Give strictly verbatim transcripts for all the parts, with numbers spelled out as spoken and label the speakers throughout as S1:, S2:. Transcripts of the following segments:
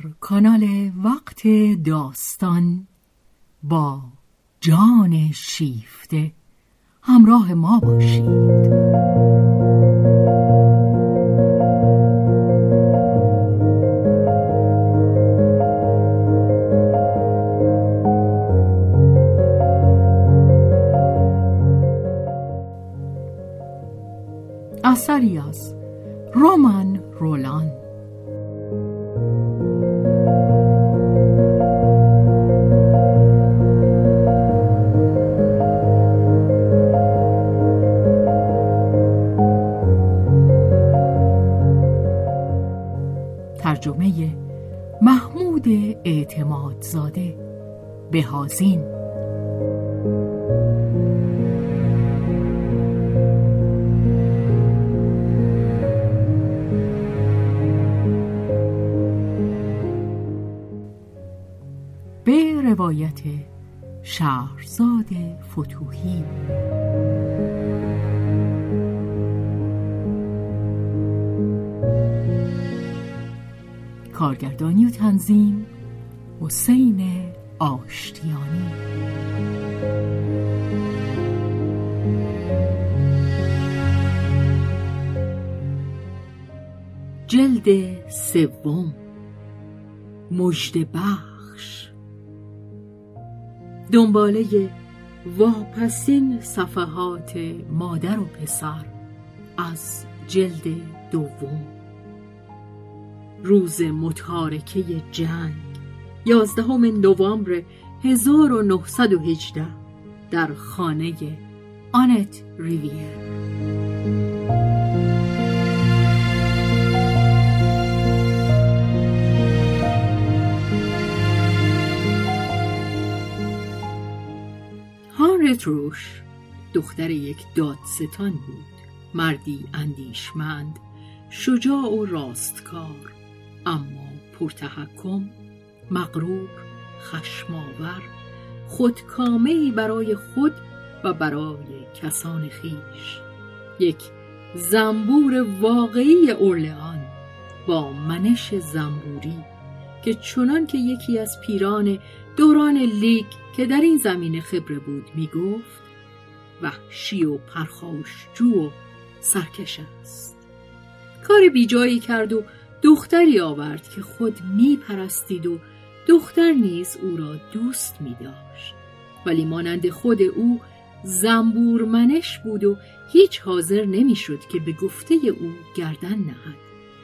S1: کانال وقت داستان با جان شیفته همراه ما باشید. اثری از رمان رولان. ترجمه محمود اعتمادزاده. بهازین. به روایت شهرزاد فتوحی. کارگردانی و تنظیم حسین آشتیانی. جلد سوم. مژده بخش. دنباله واپسین صفحات مادر و پسر از جلد دوم. روز متارکه جنگ یازدهم نوامبر هزار و نهصد و هجده در خانه آنت ریویر. هانریت روش دختر یک دادستان بود، مردی اندیشمند، شجاع و راستکار، اما پرتحکم، مغرور، خشماور، خودکامه‌ای برای خود و برای کسان خویش. یک زنبور واقعی اورلئان با منش زنبوری که چنان که یکی از پیران دوران لیگ که در این زمینه خبره بود می گفت، وحشی و پرخاشجو و سرکش است. کار بیجایی کرد و دختری آورد که خود می پرستید و دختر نیز او را دوست می داشت، ولی مانند خود او زنبور منش بود و هیچ حاضر نمی شد که به گفته او گردن نهد.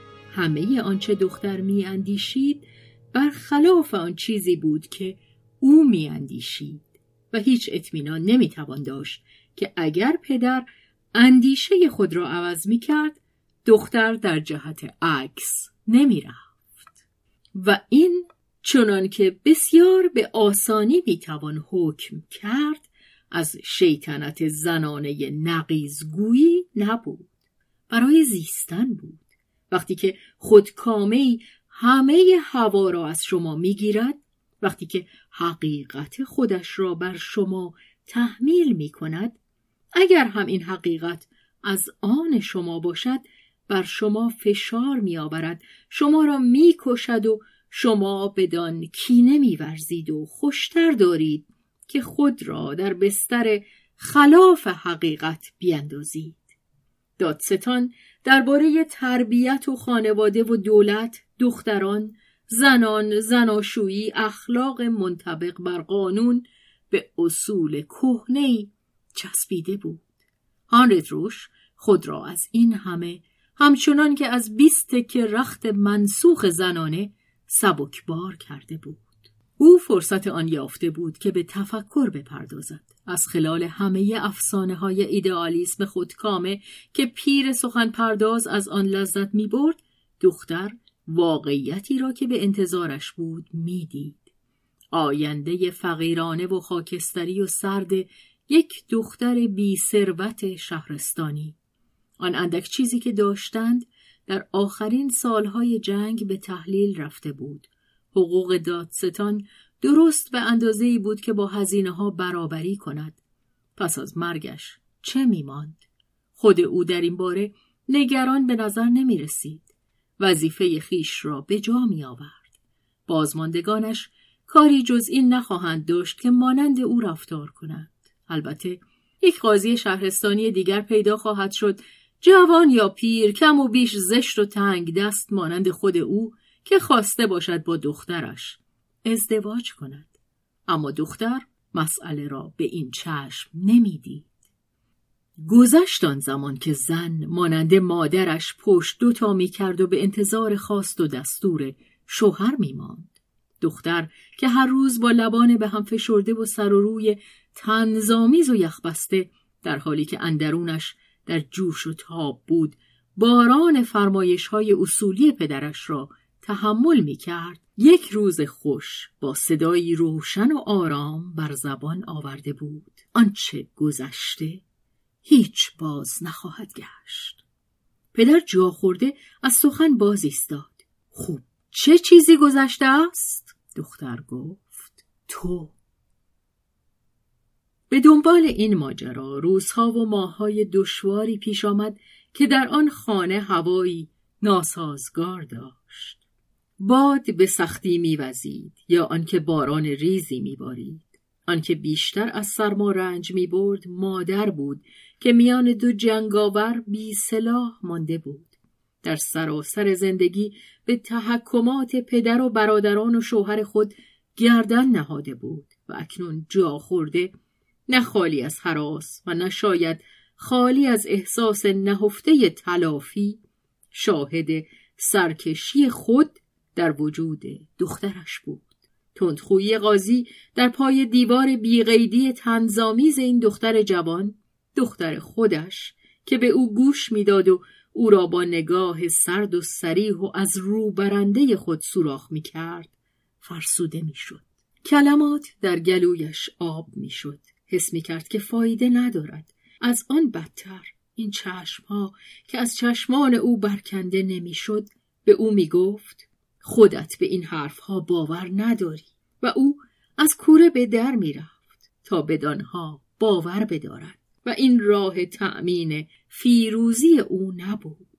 S1: همه آنچه دختر می اندیشید برخلاف آن چیزی بود که او می اندیشید و هیچ اطمینان نمی توان داشت که اگر پدر اندیشه خود را عوض می کرد، دختر در جهت عکس نمی رفت. و این چنان که بسیار به آسانی می توان حکم کرد از شیطنت زنانه نقیضگویی نبود، برای زیستن بود. وقتی که خودکامه‌ای همه هوا را از شما می گیرد، وقتی که حقیقت خودش را بر شما تحمیل می کند، اگر هم این حقیقت از آن شما باشد، بر شما فشار می آورد، شما را می کشد و شما بدان کینه می ورزید و خوشتر دارید که خود را در بستر خلاف حقیقت بیندازید. دادستان درباره تربیت و خانواده و دولت، دختران، زنان، زناشویی، اخلاق منطبق بر قانون به اصول کهنه‌ای چسبیده بود. هانریت روش خود را از این همه، همچنان که از بیست تکه رخت منسوخ زنانه، سبکبار کرده بود. او فرصت آن یافته بود که به تفکر بپردازد. از خلال همه افسانه های ایدئالیسم خودکامه که پیر سخن پرداز از آن لذت می برد، دختر واقعیتی را که به انتظارش بود می دید. آینده فقیرانه و خاکستری و سرد یک دختر بی ثروت شهرستانی. آن اندک چیزی که داشتند در آخرین سالهای جنگ به تحلیل رفته بود. حقوق دادستان درست به اندازه‌ای بود که با هزینه‌ها برابری کند. پس از مرگش چه می‌ماند؟ خود او در این باره نگران به نظر نمی رسید. وظیفه خیش را به جا می آورد. بازماندگانش کاری جز این نخواهند داشت که مانند او رفتار کنند. البته یک قاضی شهرستانی دیگر پیدا خواهد شد، جوان یا پیر، کم و بیش زشت و تنگ دست مانند خود او، که خواسته باشد با دخترش ازدواج کند. اما دختر مسئله را به این چشم نمیدید. گذشت آن زمان که زن مانند مادرش پشت دوتا می کرد و به انتظار خواست و دستور شوهر می ماند. دختر که هر روز با لبان به هم فشرده و سر و روی طنزآمیز و یخبسته، در حالی که اندرونش در جوش و تاب بود، باران فرمایش‌های اصولی پدرش را تحمل می کرد، یک روز خوش با صدایی روشن و آرام بر زبان آورده بود: آنچه گذشته هیچ باز نخواهد گشت. پدر جا خورده از سخن باز ایستاد. خوب، چه چیزی گذشته است؟ دختر گفت: تو. به دنبال این ماجرا روزها و ماههای دشواری پیش آمد که در آن خانه هوایی ناسازگار داشت. باد به سختی می‌وزید یا آنکه باران ریزی می‌بارید. آنکه بیشتر از سرما رنج می‌برد مادر بود که میان دو جنگاور بی سلاح مانده بود. در سراسر زندگی به تحکمات پدر و برادران و شوهر خود گردن نهاده بود و اکنون جا خورده، نه خالی از هراس و نه شاید خالی از احساس نهفته تلافی، شاهد سرکشی خود در وجود دخترش بود. تندخویی قاضی در پای دیوار بی‌قیدی طنزآمیز این دختر جوان، دختر خودش که به او گوش میداد و او را با نگاه سرد و صریح و از رو برنده خود سوراخ میکرد، فرسوده میشد. کلمات در گلویش آب میشد. حس میکرد که فایده ندارد. از آن بدتر این چشمها که از چشمان او برکنده نمیشد به او میگفت: خودت به این حرفها باور نداری. و او از کوره به در میرفت تا بدانها باور بدارد و این راه تأمین فیروزی او نبود.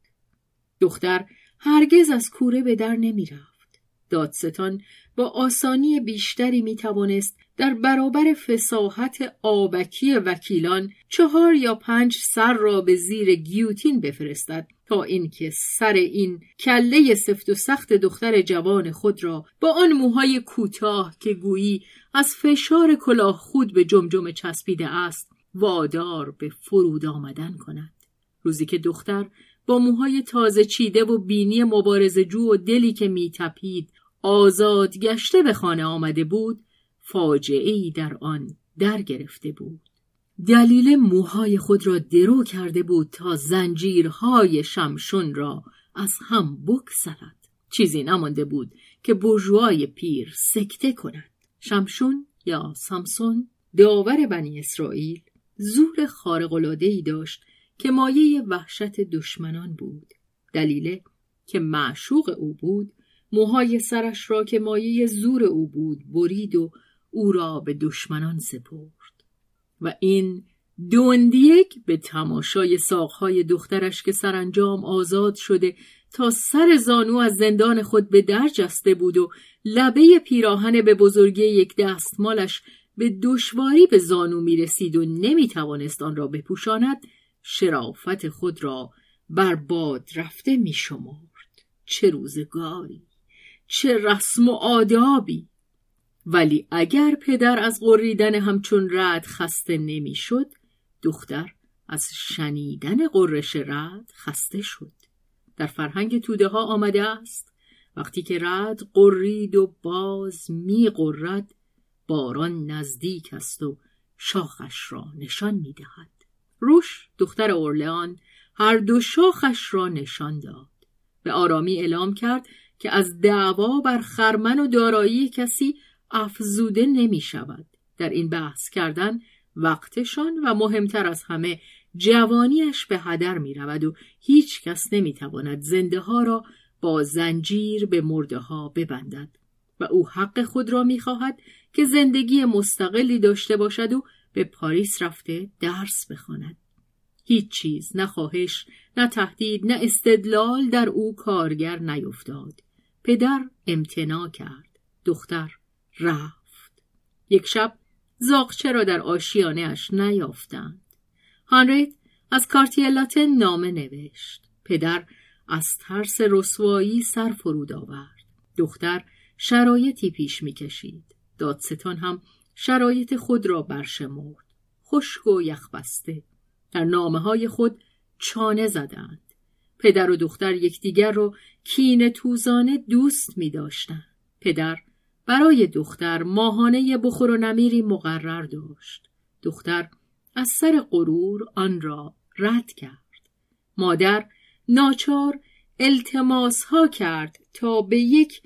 S1: دختر هرگز از کوره به در نمیرفت. دادستان با آسانی بیشتری میتوانست در برابر فصاحت آبکی وکیلان چهار یا پنج سر را به زیر گیوتین بفرستد تا اینکه سر این کله سفت و سخت دختر جوان خود را با آن موهای کوتاه که گویی از فشار کلاه خود به جمجمه چسبیده است وادار به فرود آمدن کند. روزی که دختر با موهای تازه چیده و بینی مبارزه‌جو و دلی که میتپید آزاد گشته به خانه آمده بود، فاجعه‌ای در آن در گرفته بود. دلیل موهای خود را درو کرده بود تا زنجیرهای شمشون را از هم بگسلد. چیزی نمانده بود که بورژوای پیر سکته کند. شمشون یا سامسون، داور بنی اسرائیل، زور خارق‌العاده‌ای داشت که مایه وحشت دشمنان بود. دلیل که معشوق او بود، موهای سرش را که مایه زور او بود برید و او را به دشمنان سپرد. و این دوندیک به تماشای ساقهای دخترش که سرانجام آزاد شده تا سر زانو از زندان خود به در جسته بود و لبه پیراهن به بزرگی یک دستمالش به دشواری به زانو می رسید و نمی توانست آن را بپوشاند، شرافت خود را بر باد رفته می شمرد. چه روزگاری، چه رسم و آدابی! ولی اگر پدر از غریدن همچون رعد خسته نمی شد، دختر از شنیدن غرش رعد خسته شد. در فرهنگ توده ها آمده است وقتی که رعد غرید و باز می غرد، باران نزدیک است و شاخش را نشان می دهد. روش دختر اورلئان هر دو شاخش را نشان داد. به آرامی اعلام کرد که از دعوا بر خرمن و دارایی کسی افزوده نمی شود. در این بحث کردن وقتشان و مهمتر از همه جوانیش به هدر می رود و هیچ کس نمی تواند زنده ها را با زنجیر به مرده ها ببندد و او حق خود را می خواهد که زندگی مستقلی داشته باشد و به پاریس رفته درس بخواند. هیچ چیز، نه خواهش، نه تهدید، نه استدلال در او کارگر نیفتاد. پدر امتناع کرد. دختر رفت. یک شب زاغچه را در آشیانه اش نیافتند. هانریت از کارتیه لاتن نامه نوشت. پدر از ترس رسوایی سر فرود آورد. دختر شرایطی پیش می کشید. دادستان هم شرایط خود را برشمرد. خشک و یخبسته در نامه های خود چانه زدند. پدر و دختر یکدیگر را کینه توزانه دوست می داشتند. پدر برای دختر ماهانه بخور و نمیری مقرر داشت. دختر از سر غرور آن را رد کرد. مادر ناچار التماس ها کرد تا به یک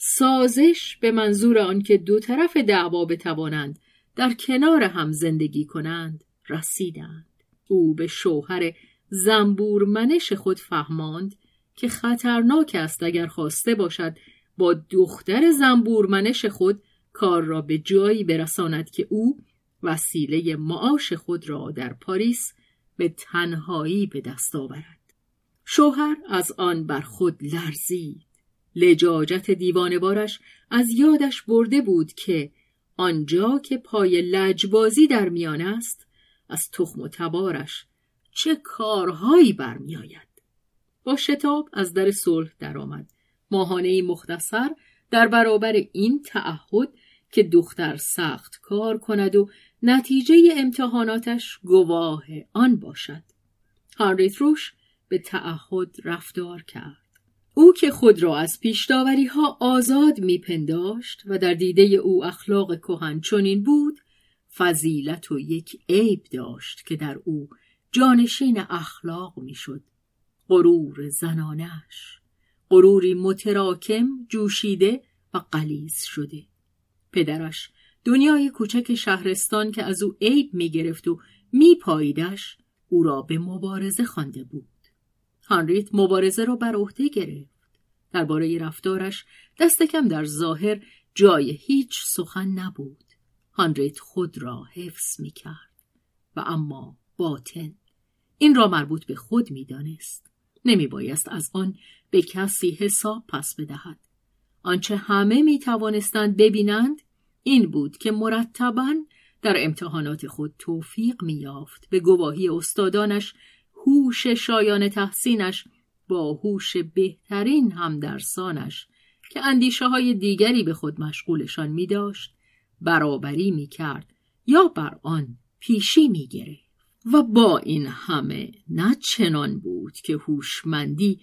S1: سازش به منظور آنکه دو طرف دعوا بتوانند در کنار هم زندگی کنند رسیدند. او به شوهر زنبورمنش خود فهماند که خطرناک است اگر خواسته باشد با دختر زنبورمنش خود کار را به جایی برساند که او وسیله معاش خود را در پاریس به تنهایی به دست آورد. شوهر از آن بر خود لرزید. لجاجت دیوانه‌وارش از یادش برده بود که آنجا که پای لجبازی در میان است از تخم و تبارش چه کارهایی برمی آید. با شتاب از در صلح درآمد. ماهانه‌ای مختصر در برابر این تعهد که دختر سخت کار کند و نتیجه امتحاناتش گواه آن باشد. هانریت روش به تعهد رفتار کرد. او که خود را از پیش‌داوری ها آزاد میپنداشت و در دیده او اخلاق کهن چنین بود، فضیلت و یک عیب داشت که در او جانشین اخلاق میشد: غرور زنانش، غروری متراکم، جوشیده و غلیظ شده. پدرش دنیای کوچک شهرستان که از او عیب میگرفت و میپاییدش او را به مبارزه خوانده بود. هانریت مبارزه را بر عهده گرفت. درباره رفتارش دست کم در ظاهر جای هیچ سخن نبود. هانریت خود را حفظ می‌کرد و اما باطن این را مربوط به خود می‌دانست. نمی‌بایست از آن به کسی حساب پس بدهد. آنچه همه می‌توانستند ببینند این بود که مرتباً در امتحانات خود توفیق می‌یافت. به گواهی استادانش هوش شایان تحسینش با هوش بهترین همدرسانش که اندیشه های دیگری به خود مشغولشان می داشت برابری می کرد یا بر آن پیشی می گرفت. و با این همه نه چنان بود که هوشمندی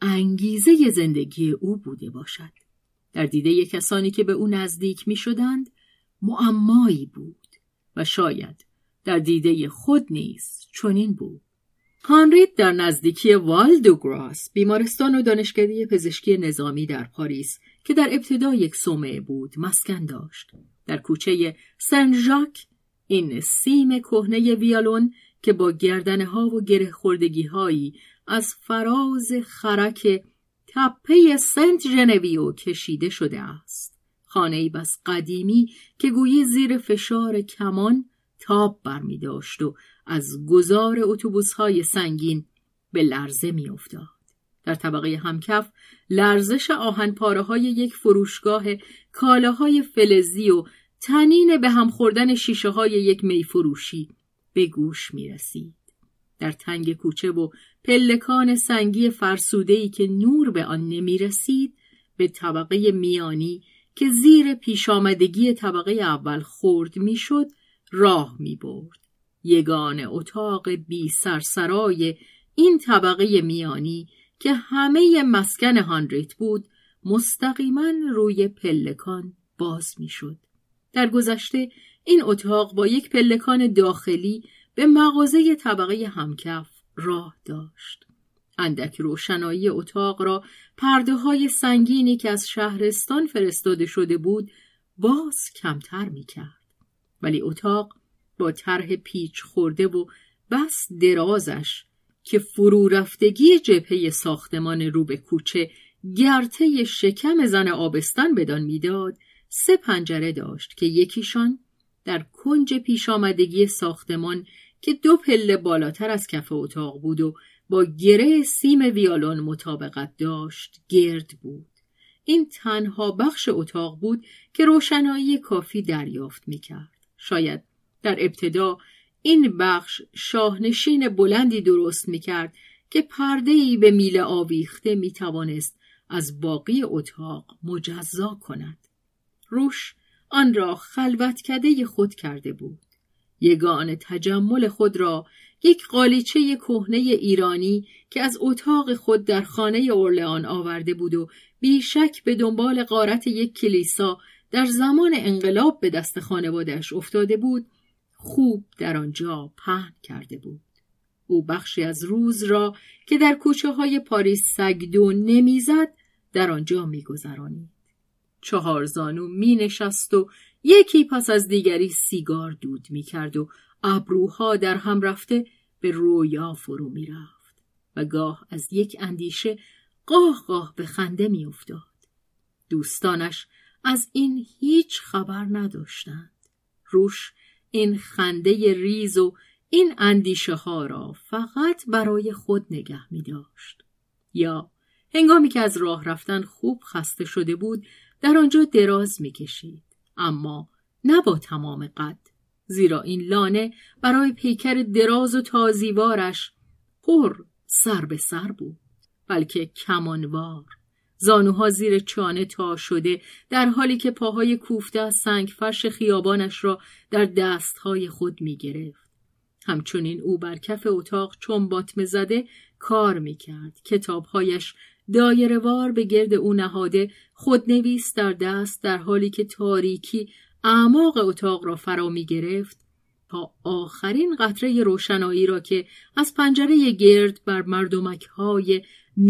S1: انگیزه زندگی او بوده باشد. در دیده کسانی که به او نزدیک می شدند معمایی بود و شاید در دیده خود نیز چنین بود. هانریت در نزدیکی والدوگراس، بیمارستان و دانشکده پزشکی نظامی در پاریس که در ابتدا یک صومعه بود، مسکن داشت. در کوچه سن ژاک این سیم کهنه ویولون که با گردنه ها و گره خوردگی هایی از فراز خرک تپه سنت ژنویو کشیده شده است. خانه‌ای بس قدیمی که گویی زیر فشار کمان تاب برمی داشت و از گذار اتوبوس‌های سنگین به لرزه می افتاد. در طبقه همکف لرزش آهنپاره‌های یک فروشگاه کالاهای فلزی و طنین به هم خوردن شیشه‌های یک میفروشی به گوش می رسید. در تنگ کوچه و پلکان سنگی فرسوده‌ای که نور به آن نمی رسید، به طبقه میانی که زیر پیشامدگی طبقه اول خورد می شد راه می برد. یگانه اتاق بی سرسرای این طبقه میانی که همه مسکن هانریت بود مستقیما روی پلکان باز می شد. در گذشته این اتاق با یک پلکان داخلی به مغازه طبقه همکف راه داشت. اندک روشنایی اتاق را پرده های سنگینی که از شهرستان فرستاده شده بود باز کمتر می کرد. ولی اتاق با طرح پیچ خورده و بس درازش که فرو رفتگی جبهه ساختمان رو به کوچه گرته شکم زن آبستن بدان میداد، سه پنجره داشت که یکیشان در کنج پیش آمدگی ساختمان که دو پله بالاتر از کف اتاق بود و با گره سیم ویولون مطابقت داشت گرد بود. این تنها بخش اتاق بود که روشنایی کافی دریافت می‌کرد. شاید در ابتدا این بخش شاهنشین بلندی درست می‌کرد که پرده‌ای به میله آویخته می‌توانست از باقی اتاق مجزا کند. روش آن را خلوتکده خود کرده بود. یگان تجمل خود را یک قالیچه کهنه ایرانی که از اتاق خود در خانه اورلئان آورده بود و بیشک به دنبال غارت یک کلیسا در زمان انقلاب به دست خانواده‌اش افتاده بود، خوب در آنجا پهن کرده بود. او بخشی از روز را که در کوچه های پاریس سگدو نمیزد در آنجا میگذرانید. چهار زانو می نشست و یکی پس از دیگری سیگار دود می کرد و ابروها در هم رفته به رویا فرو می رفت و گاه از یک اندیشه قاه قاه به خنده می افتاد. دوستانش از این هیچ خبر نداشتند. روش این خنده ریز و این اندیشه ها را فقط برای خود نگه می داشت. یا هنگامی که از راه رفتن خوب خسته شده بود در آنجا دراز می کشید، اما نه با تمام قد، زیرا این لانه برای پیکر دراز و تازیوارش پر سر به سر بود، بلکه کمانوار، زانوها زیر چانه تا شده، در حالی که پاهای کوفته از سنگ فرش خیابانش را در دستهای خود می گرفت. همچنین او بر کف اتاق چون باطمه زده کار می کرد. کتابهایش دایره‌وار به گرد او نهاده، خودنویس در دست، در حالی که تاریکی اعماق اتاق را فرا می گرفت تا آخرین قطره روشنایی را که از پنجره گرد بر مردمک‌های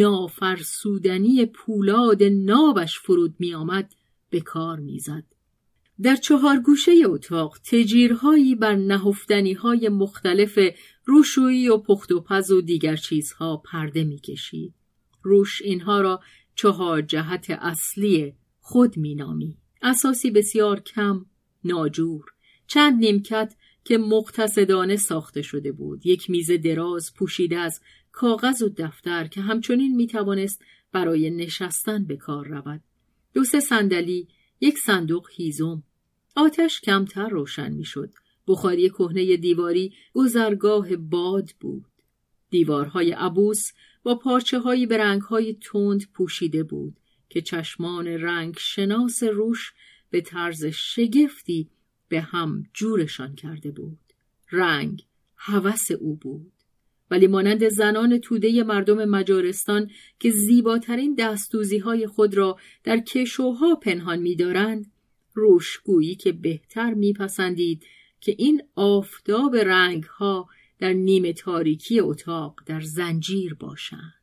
S1: نافرسودنی پولاد نابش فرود می آمد به کار می زد. در چهار گوشه اتاق تجیرهایی بر نهفتنی‌های مختلف روشویی و پخت و پز و دیگر چیزها پرده می کشید. روش اینها را چهار جهت اصلی خود می نامی. اساسی بسیار کم، ناجور، چند نیمکت که مقتصدانه ساخته شده بود، یک میز دراز پوشیده از کاغذ و دفتر که همچنین می توانست برای نشستن به کار رود، دو سه صندلی، یک صندوق هیزم. آتش کمتر روشن می شد. بخاری کهنه دیواری گذرگاه باد بود. دیوارهای عبوس با پارچه هایی به رنگ های تند پوشیده بود که چشمان رنگ شناس روش به طرز شگفتی به هم جورشان کرده بود. رنگ هوس او بود، ولی مانند زنان توده مردم مجارستان که زیباترین دستوزی های خود را در کشوها پنهان می دارند، روش گویی که بهتر می پسندید که این آفتاب رنگ ها در نیمه تاریکی اتاق در زنجیر باشند.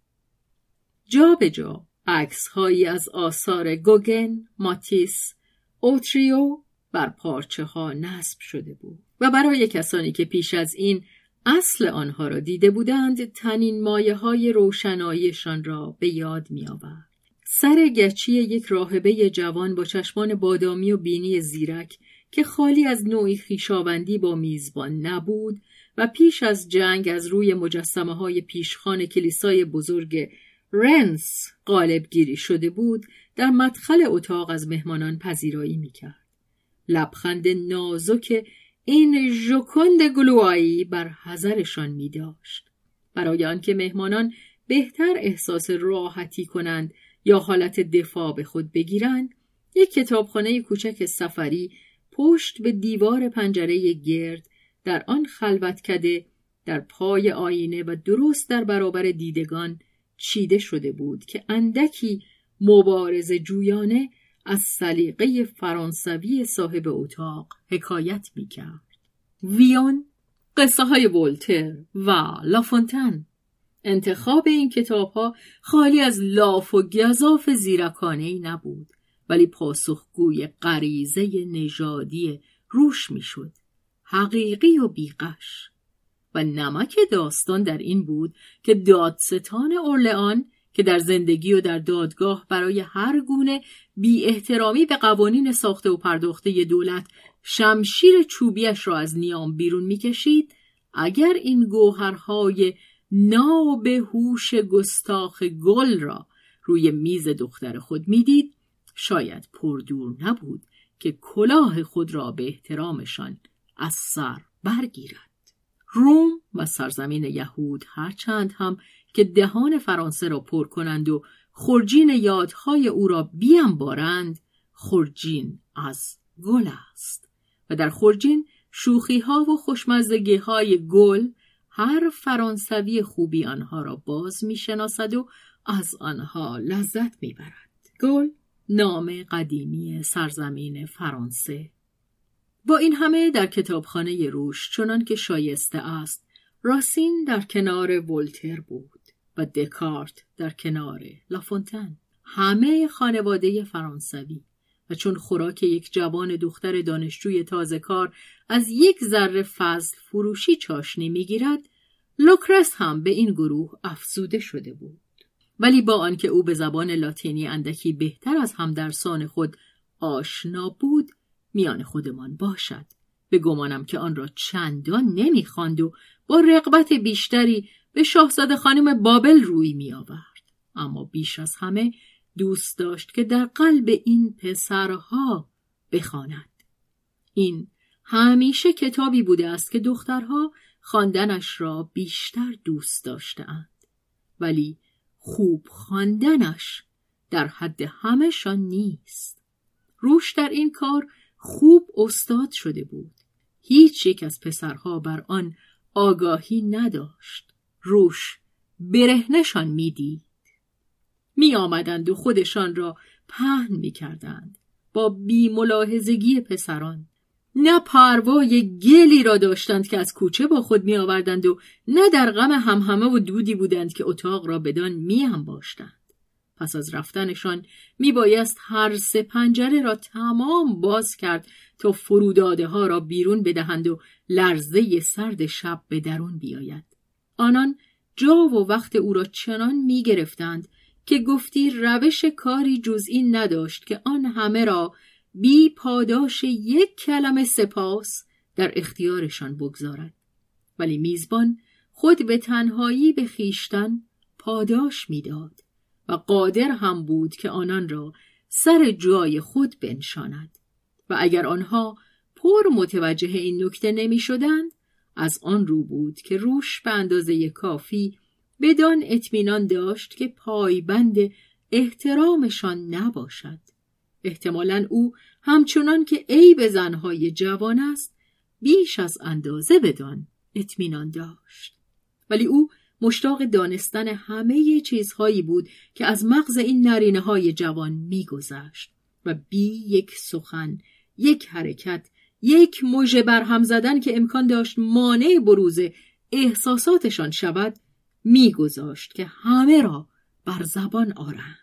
S1: جا به جا عکس هایی از آثار گوگن، ماتیس، اوتریو بر پارچه ها نصب شده بود و برای کسانی که پیش از این اصل آنها را دیده بودند تنین مایه های روشناییشان را به یاد می آورد. سر گچی یک راهبه جوان با چشمان بادامی و بینی زیرک که خالی از نوعی خویشاوندی با میزبان نبود و پیش از جنگ از روی مجسمه های پیشخوان کلیسای بزرگ رنس غالب گیری شده بود، در مدخل اتاق از مهمانان پذیرایی می کرد. لبخند نازک این ژوکند گلوایی بر حذرشان می داشت. برای آنکه مهمانان بهتر احساس راحتی کنند یا حالت دفاع به خود بگیرند، یک کتابخانه کوچک سفری پشت به دیوار پنجره گرد در آن خلوتکده در پای آینه و درست در برابر دیدگان چیده شده بود که اندکی مبارزه جویانه از سلیقه فرانسوی صاحب اتاق حکایت می‌کرد. ویون، قصه های ولتر و لافونتن. انتخاب این کتاب‌ها خالی از لاف و گزاف زیرکانه‌ای نبود، ولی پاسخگوی غریزه نژادی روش می‌شد، حقیقی و بیغش. و نمک داستان در این بود که دادستان اورلئان که در زندگی و در دادگاه برای هر گونه بی احترامی به قوانین ساخته و پرداخته دولت شمشیر چوبیش را از نیام بیرون می‌کشید، اگر این گوهرهای ناب هوش گستاخ گل را روی میز دختر خود میدید، شاید پردور نبود که کلاه خود را به احترامشان از سر برگیرد. روم و سرزمین یهود هرچند هم که دهان فرانسه را پر کنند و خرجین یادهای او را بیانبارند، خرجین از گل است و در خرجین شوخی ها و خوشمزگی های گل هر فرانسوی خوبی آنها را باز می شناسد و از آنها لذت می برد. گل نام قدیمی سرزمین فرانسه. با این همه در کتابخانه روش چنان که شایسته است، راسین در کنار ولتر بود و دکارت در کنار لافونتن. همه خانواده فرانسوی و چون خوراک یک جوان دختر دانشجوی تازه کار از یک ذره فضل فروشی چاشنی میگیرد، لوکرس هم به این گروه افزوده شده بود. ولی با آنکه او به زبان لاتینی اندکی بهتر از همدرسان خود آشنا بود، میان خودمان باشد، به گمانم که آن را چندان نمیخواند و با رغبت بیشتری به شاهزاده خانم بابل روی می آورد. اما بیش از همه دوست داشت که در قلب این پسرها بخواند. این همیشه کتابی بوده است که دخترها خواندنش را بیشتر دوست داشته‌اند، ولی خوب خواندنش در حد همه‌شان نیست. روش در این کار خوب استاد شده بود. هیچ یک از پسرها بر آن آگاهی نداشت. روش برهنشان میدید. می آمدند و خودشان را پهن می کردند. با بی ملاحظگی پسران نه پروای گلی را داشتند که از کوچه با خود می آوردند و نه در غم همهمه و دودی بودند که اتاق را بدان می انباشتند. پس از رفتنشان می بایست هر سه پنجره را تمام باز کرد تا فروداده ها را بیرون بدهند و لرزه سرد شب به درون بیاید. آنان جا و وقت او را چنان می گرفتند که گفتی روش کاری جز این نداشت که آن همه را بی پاداش یک کلمه سپاس در اختیارشان بگذارد. ولی میزبان خود به تنهایی به خیشتن پاداش میداد و قادر هم بود که آنان را سر جای خود بنشاند و اگر آنها پر متوجه این نکته نمی شدند، از آن رو بود که روش به اندازه کافی بدان اطمینان داشت که پایبند احترامشان نباشد. احتمالاً او همچنان که عیب زنهای جوان است، بیش از اندازه بدان اطمینان داشت. ولی او مشتاق دانستن همه چیزهایی بود که از مغز این نرینه‌های جوان می‌گذشت و بی یک سخن، یک حرکت، یک مژه برهم زدن که امکان داشت مانع بروز احساساتشان شود، می‌گذاشت که همه را بر زبان آرند.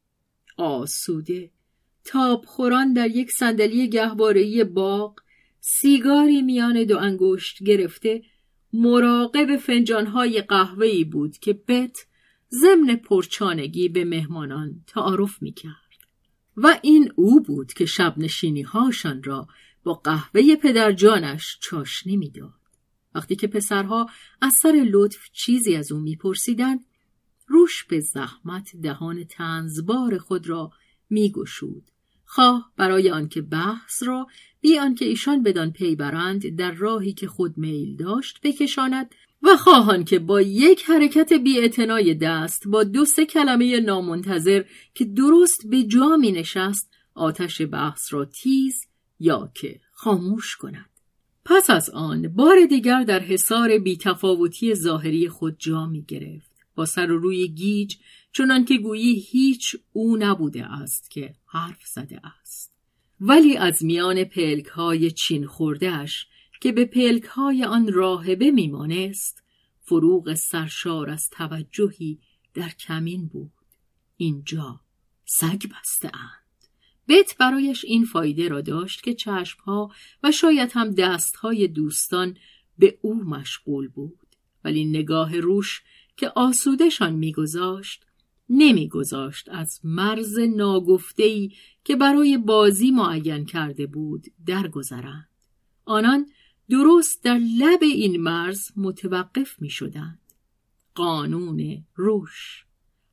S1: آسوده تابخوران در یک صندلی گهواره‌ای باغ، سیگاری میان دو انگشت گرفته، مراقب فنجان‌های قهوه‌ای بود که بت ضمن پرچانگی به مهمانان تعارف می‌کرد. و این او بود که شب نشینی‌هاشان را با قهوه پدرجانش چاشنی می‌داد. وقتی که پسرها از سر لطف چیزی از او می‌پرسیدند، روش به زحمت دهان طنزبار خود را می‌گشود، خواه برای آنکه بحث را بی آنکه ایشان بدان پی برند در راهی که خود میل داشت بکشاند و خواهان که با یک حرکت بی‌اعتنای دست با دو سه کلمه نامنتظر که درست به جا می نشست آتش بحث را تیز یا که خاموش کند. پس از آن بار دیگر در حصار بی‌تفاوتی ظاهری خود جا می گرفت، با سر و روی گیج، چنان که گویی هیچ او نبوده است که حرف زده است. ولی از میان پلک‌های چین خورده‌اش که به پلک‌های آن راهبه میمانست، فروغ سرشار از توجهی در کمین بود. اینجا سگ بسته اند. بت برایش این فایده را داشت که چشمها و شاید هم دستهای دوستان به او مشغول بود، ولی نگاه روش که آسودشان میگذاشت نمیگذاشت از مرز ناگفته‌ای که برای بازی معین کرده بود درگذرند. آنان درست در لب این مرز متوقف می شدند. قانون روش: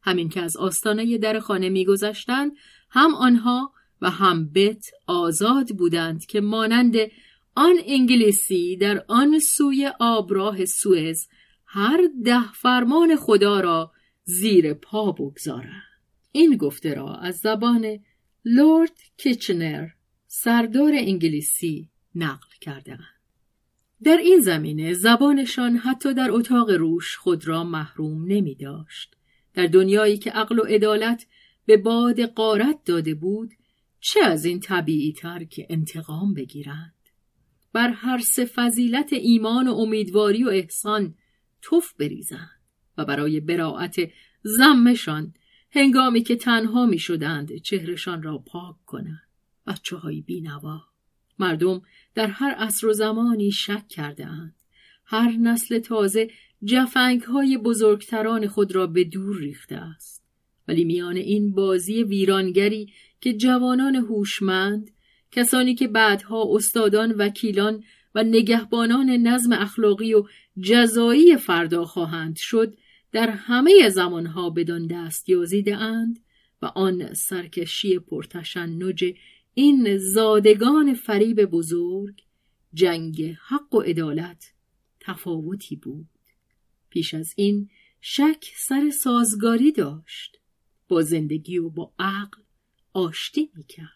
S1: همین که از آستانه در خانه می‌گذشتند، هم آنها و هم بت آزاد بودند که مانند آن انگلیسی در آن سوی آبراه سوئز هر ده فرمان خدا را زیر پا بگذارند. این گفته را از زبان لورد کیچنر، سردار انگلیسی، نقل کرده‌اند. در این زمینه زبانشان حتی در اتاق روش خود را محروم نمی داشت. در دنیایی که عقل و عدالت به باد غارت داده بود، چه از این طبیعی تر که انتقام بگیرند؟ بر هر سه فضیلت ایمان و امیدواری و احسان تف بریزند و برای براءت ذمشان هنگامی که تنها می شدند چهرشان را پاک کنند. بچه های بینوا. مردم در هر عصر و زمانی شک کرده اند. هر نسل تازه جفنگ های بزرگتران خود را به دور ریخته است. ولی میان این بازی ویرانگری که جوانان هوشمند، کسانی که بعدها استادان، وکیلان و نگهبانان نظم اخلاقی و جزایی فردا خواهند شد، در همه زمانها بدان دست یازیده اند و آن سرکشی پرتشنج این زادگان فریب بزرگ، جنگ حق و عدالت، تفاوتی بود. پیش از این شک سر سازگاری داشت، با زندگی و با عقل آشتی می کرد.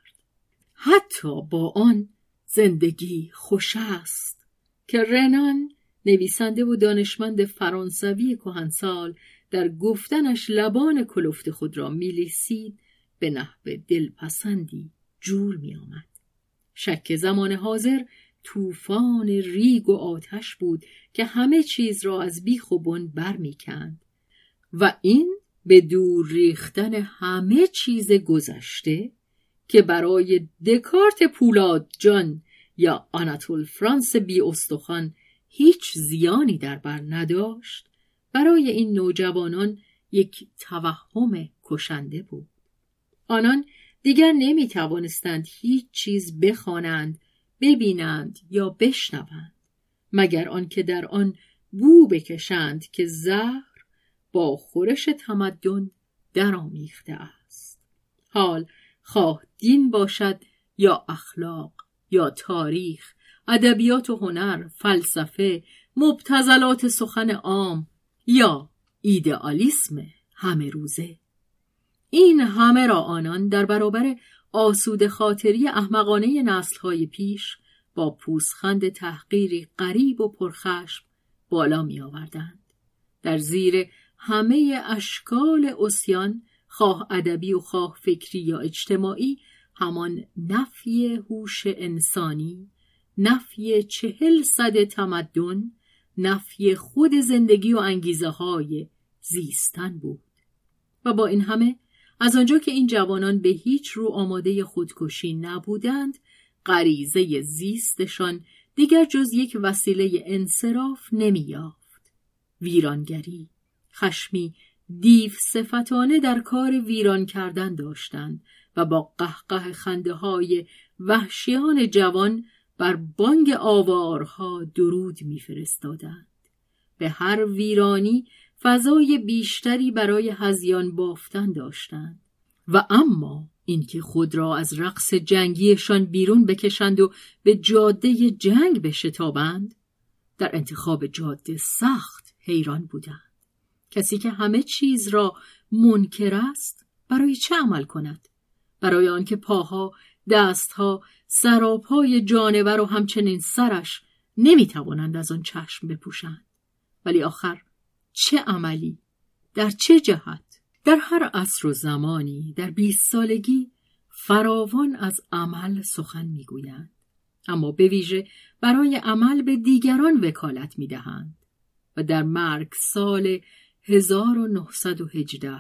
S1: حتی با آن زندگی خوش است که رنان، نویسنده و دانشمند فرانسوی کهنسال، در گفتنش لبان کلفت خود را میلیسید به نحو دلپسندی جور می آمد. شک زمان حاضر طوفان ریگ و آتش بود که همه چیز را از بیخ و بن بر می کند و این به دور ریختن همه چیز گذشته که برای دکارت پولاد جان یا آناتول فرانس بی استخوان هیچ زیانی در بر نداشت، برای این نوجوانان یک توهم کشنده بود. آنان دیگر نمی توانستند هیچ چیز بخوانند، ببینند یا بشنوند، مگر آنکه در آن بو بکشند که زهر با خورش تمدن درآمیخته است. حال خواه دین باشد یا اخلاق یا تاریخ، ادبیات و هنر، فلسفه، مبتذلات سخن عام یا ایدئالیسم همه روزه، این همه را آنان در برابر آسوده خاطری احمقانه نسل‌های پیش با پوزخند تحقیری غریب و پرخشم بالا می آوردند. در زیر همه اشکال عصیان، خواه ادبی و خواه فکری یا اجتماعی، همان نفی هوش انسانی، نفی چهل صد تمدن، نفی خود زندگی و انگیزه های زیستن بود. و با این همه، از آنجا که این جوانان به هیچ رو آماده خودکشی نبودند، غریزه زیستشان دیگر جز یک وسیله انصراف نمی یافت. ویرانگری، خشمی دیو صفتانه در کار ویران کردن داشتند و با قهقه خنده های وحشیان جوان بر بانگ آوارها درود می فرستادند. به هر ویرانی فضای بیشتری برای هذیان بافتن داشتند و اما اینکه خود را از رقص جنگیشان بیرون بکشند و به جاده جنگ بشتابند، در انتخاب جاده سخت حیران بودند. کسی که همه چیز را منکر است برای چه عمل کند؟ برای آنکه پاها، دستها، سراپای جانور و همچنین سرش نمیتوانند از آن چشم بپوشند. ولی آخر چه عملی؟ در چه جهت؟ در هر عصر و زمانی در بیست سالگی فراوان از عمل سخن میگویند، اما به ویژه برای عمل به دیگران وکالت میدهند. و در مرگ سال هزار و نهصد و هجده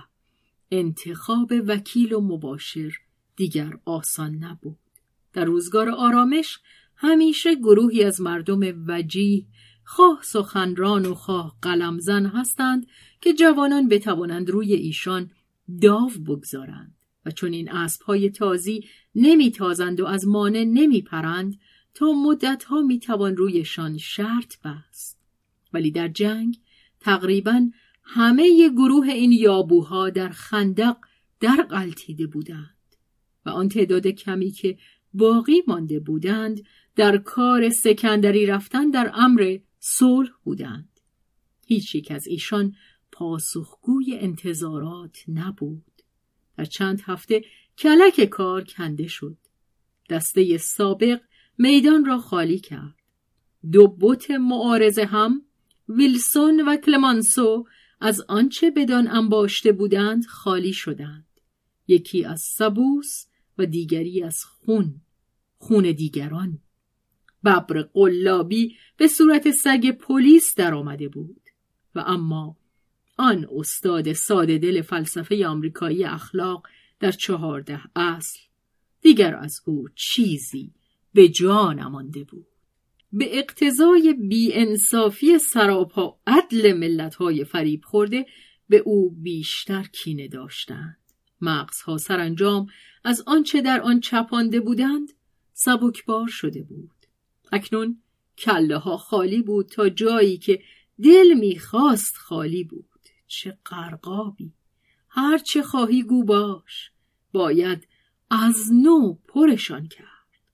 S1: انتخاب وکیل و مباشر دیگر آسان نبود. در روزگار آرامش همیشه گروهی از مردم وجیه، خواه سخنران و خواه قلمزن هستند که جوانان بتوانند روی ایشان داو بگذارند و چون این اسب‌های تازی نمیتازند و از مانع نمیپرند، تا مدتها میتوان رویشان شرط بست. ولی در جنگ تقریباً همه گروه این یابوها در خندق در غلتیده بودند و آن تعداد کمی که باقی مانده بودند در کار سکندری رفتن در امر صلح بودند. هیچ یک از ایشان پاسخگوی انتظارات نبود. در چند هفته کلک کار کنده شد. دسته سابق میدان را خالی کرد. دو بت معارضه هم، ویلسون و کلمانسو، از آنچه بدان انباشته بودند خالی شدند. یکی از سبوس و دیگری از خون، خون دیگران. ببر قلابی به صورت سگ پلیس در آمده بود و اما آن استاد ساده دل فلسفه آمریکایی اخلاق در چهارده اصل، دیگر از او چیزی به جا نمانده بود. به اقتضای بی‌انصافی سراپا عدل ملت‌های فریب خورده به او بیشتر کینه داشتند. مغزها سرانجام از آنچه در آن چپانده بودند سبکبار شده بود. اکنون کله ها خالی بود تا جایی که دل می‌خواست خالی بود. چه غرقابی! هر چه خواهی گو باش، باید از نو پرشان کرد.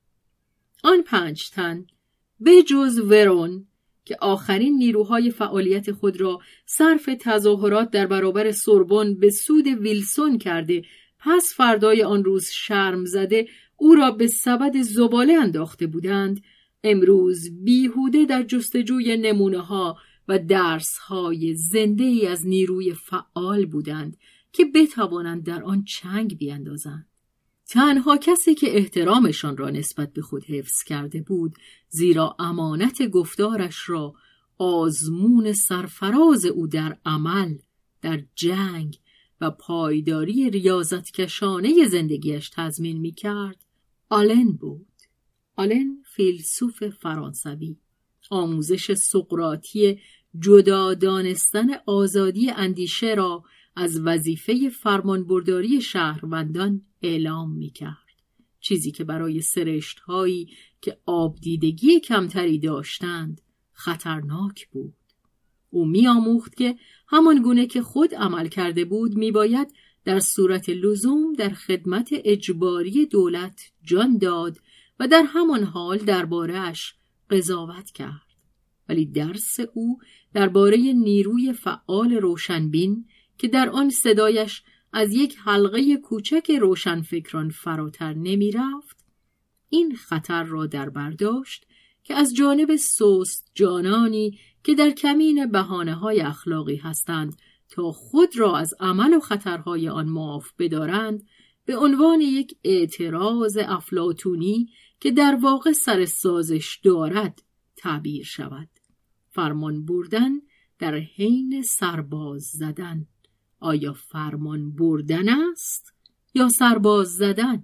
S1: آن پنج تن به جز ورون که آخرین نیروهای فعالیت خود را صرف تظاهرات در برابر سوربن به سود ویلسون کرده، پس فردای آن روز شرم زده او را به سبد زباله انداخته بودند، امروز بیهوده در جستجوی نمونه‌ها و درس‌های زنده‌ای از نیروی فعال بودند که بتوانند در آن چنگ بیاندازند. تنها کسی که احترامشان را نسبت به خود حفظ کرده بود، زیرا امانت گفتارش را آزمون سرفراز او در عمل، در جنگ و پایداری ریاضتکشانه زندگیش تضمین می کرد، آلن بود. آلن فیلسوف فرانسوی، آموزش سقراطی جدا دانستن آزادی اندیشه را از وظیفه فرمانبرداری شهروندان اعلام می کرد. چیزی که برای سرشت هایی که آبدیدگی کمتری داشتند خطرناک بود. او می آموخت که همان گونه که خود عمل کرده بود می باید در صورت لزوم در خدمت اجباری دولت جان داد و در همان حال درباره‌اش قضاوت کرد. ولی درس او درباره نیروی فعال روشنبین که در آن صدایش از یک حلقه کوچک روشنفکران فراتر نمی رفت، این خطر را در بر داشت که از جانب سست جانانی که در کمین بهانه‌های اخلاقی هستند تا خود را از عمل و خطرهای آن معاف بدارند، به عنوان یک اعتراض افلاطونی که در واقع سر سازش دارد تعبیر شود. فرمان بردن در حین سرباز زدن. آیا فرمان بردن است یا سرباز زدن؟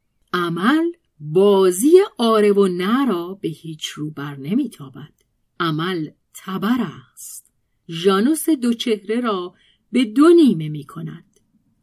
S1: عمل بازی آره و نه را به هیچ رو بر نمی تابد. عمل تبر است. ژانوس دو چهره را به دو نیمه می کند.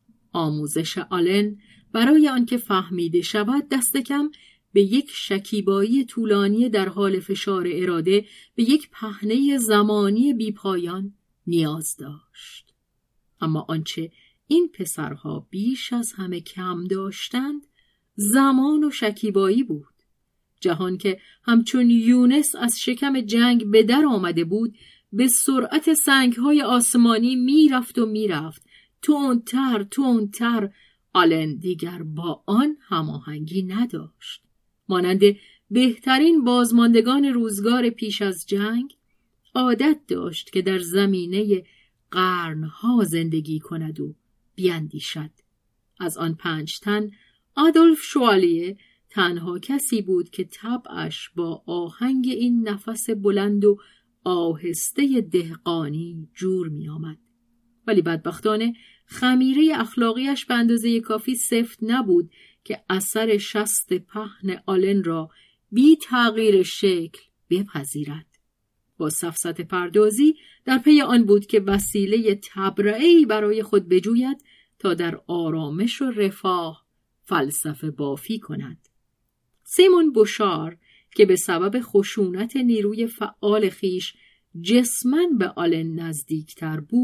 S1: آموزش آلن برای آنکه فهمیده شود دست کم به یک شکیبایی طولانی در حال فشار اراده به یک پهنه زمانی بیپایان نیاز داشت. اما آنچه این پسرها بیش از همه کم داشتند زمان و شکیبایی بود. جهان که همچون یونس از شکم جنگ به در آمده بود به سرعت سنگهای آسمانی میرفت و میرفت، تندتر تندتر. آلن دیگر با آن هماهنگی نداشت. مانند بهترین بازماندگان روزگار پیش از جنگ عادت داشت که در زمینه قرنها زندگی کند و بیندیشد. از آن پنج تن آدولف شوالیه تنها کسی بود که طبعش با آهنگ این نفس بلند و آهسته دهقانی جور می آمد. ولی بدبختانه خمیره اخلاقیش به اندازه کافی سفت نبود که اثر شست پهن آلن را بی تغییر شکل بپذیرد. با سفسطه پردازی در پی آن بود که وسیله تبرئه‌ای برای خود بجوید تا در آرامش و رفاه فلسفه بافی کند. سیمون بوشار که به سبب خشونت نیروی فعال خیش جسماً به آلن نزدیکتر بود،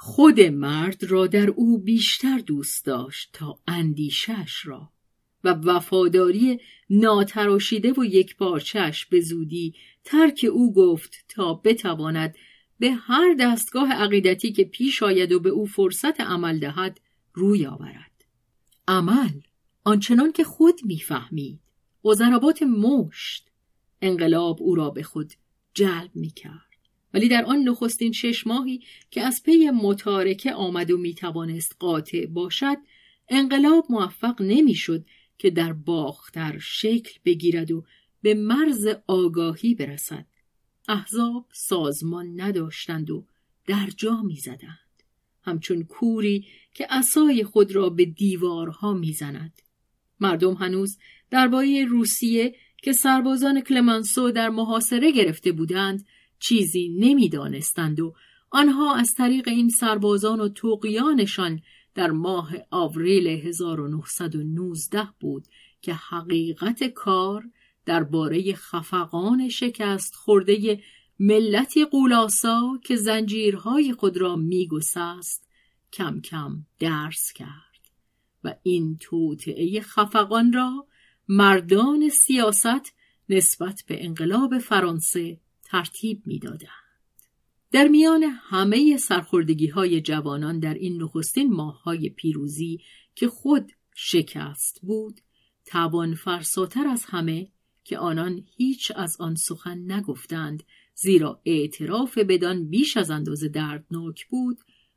S1: خود مرد را در او بیشتر دوست داشت تا اندیشش را و وفاداری ناتراشیده و یکپارچه‌اش به زودی ترک او گفت تا بتواند به هر دستگاه عقیدتی که پیش آید و به او فرصت عمل دهد روی آورد. عمل آنچنان که خود می‌فهمید، ضربات مشت، انقلاب او را به خود جلب می‌کرد. ولی در آن نخستین شش ماهی که از پی متارکه آمد و می‌توانست قاطع باشد، انقلاب موفق نمی‌شد که در باختر شکل بگیرد و به مرز آگاهی برسد. احزاب سازمان نداشتند و در جا می‌زدند، همچون کوری که عصای خود را به دیوارها می‌زند. مردم هنوز درباره روسیه که سربازان کلمانسو در محاصره گرفته بودند چیزی نمی‌دانستند و آنها از طریق این سربازان و طغیانشان در ماه آوریل هزار و نهصد و نوزده بود که حقیقت کار درباره خفقان شکست خورده ملتی قولاسا که زنجیرهای خود را می‌گسست کم کم درس کرد و این توطئه خفقان را مردان سیاست نسبت به انقلاب فرانسه ترتیب می‌دادند. در میان همه سرخوردگی‌های جوانان در این نخستین ماه‌های پیروزی که خود شکست بود، توان فرساتر از همه که آنان هیچ از آن سخن نگفتند، زیرا اعتراف بدان بیش از اندازه دردناک بود،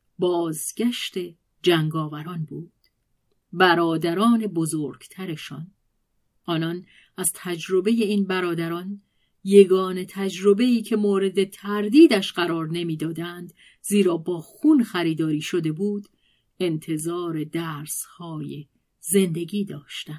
S1: بازگشت جنگاوران بود، برادران بزرگترشان. آنان از تجربه این برادران، یگانه تجربه‌ای که مورد تردیدش قرار نمی‌دادند زیرا با خون خریداری شده بود، انتظار درس‌های زندگی داشتند.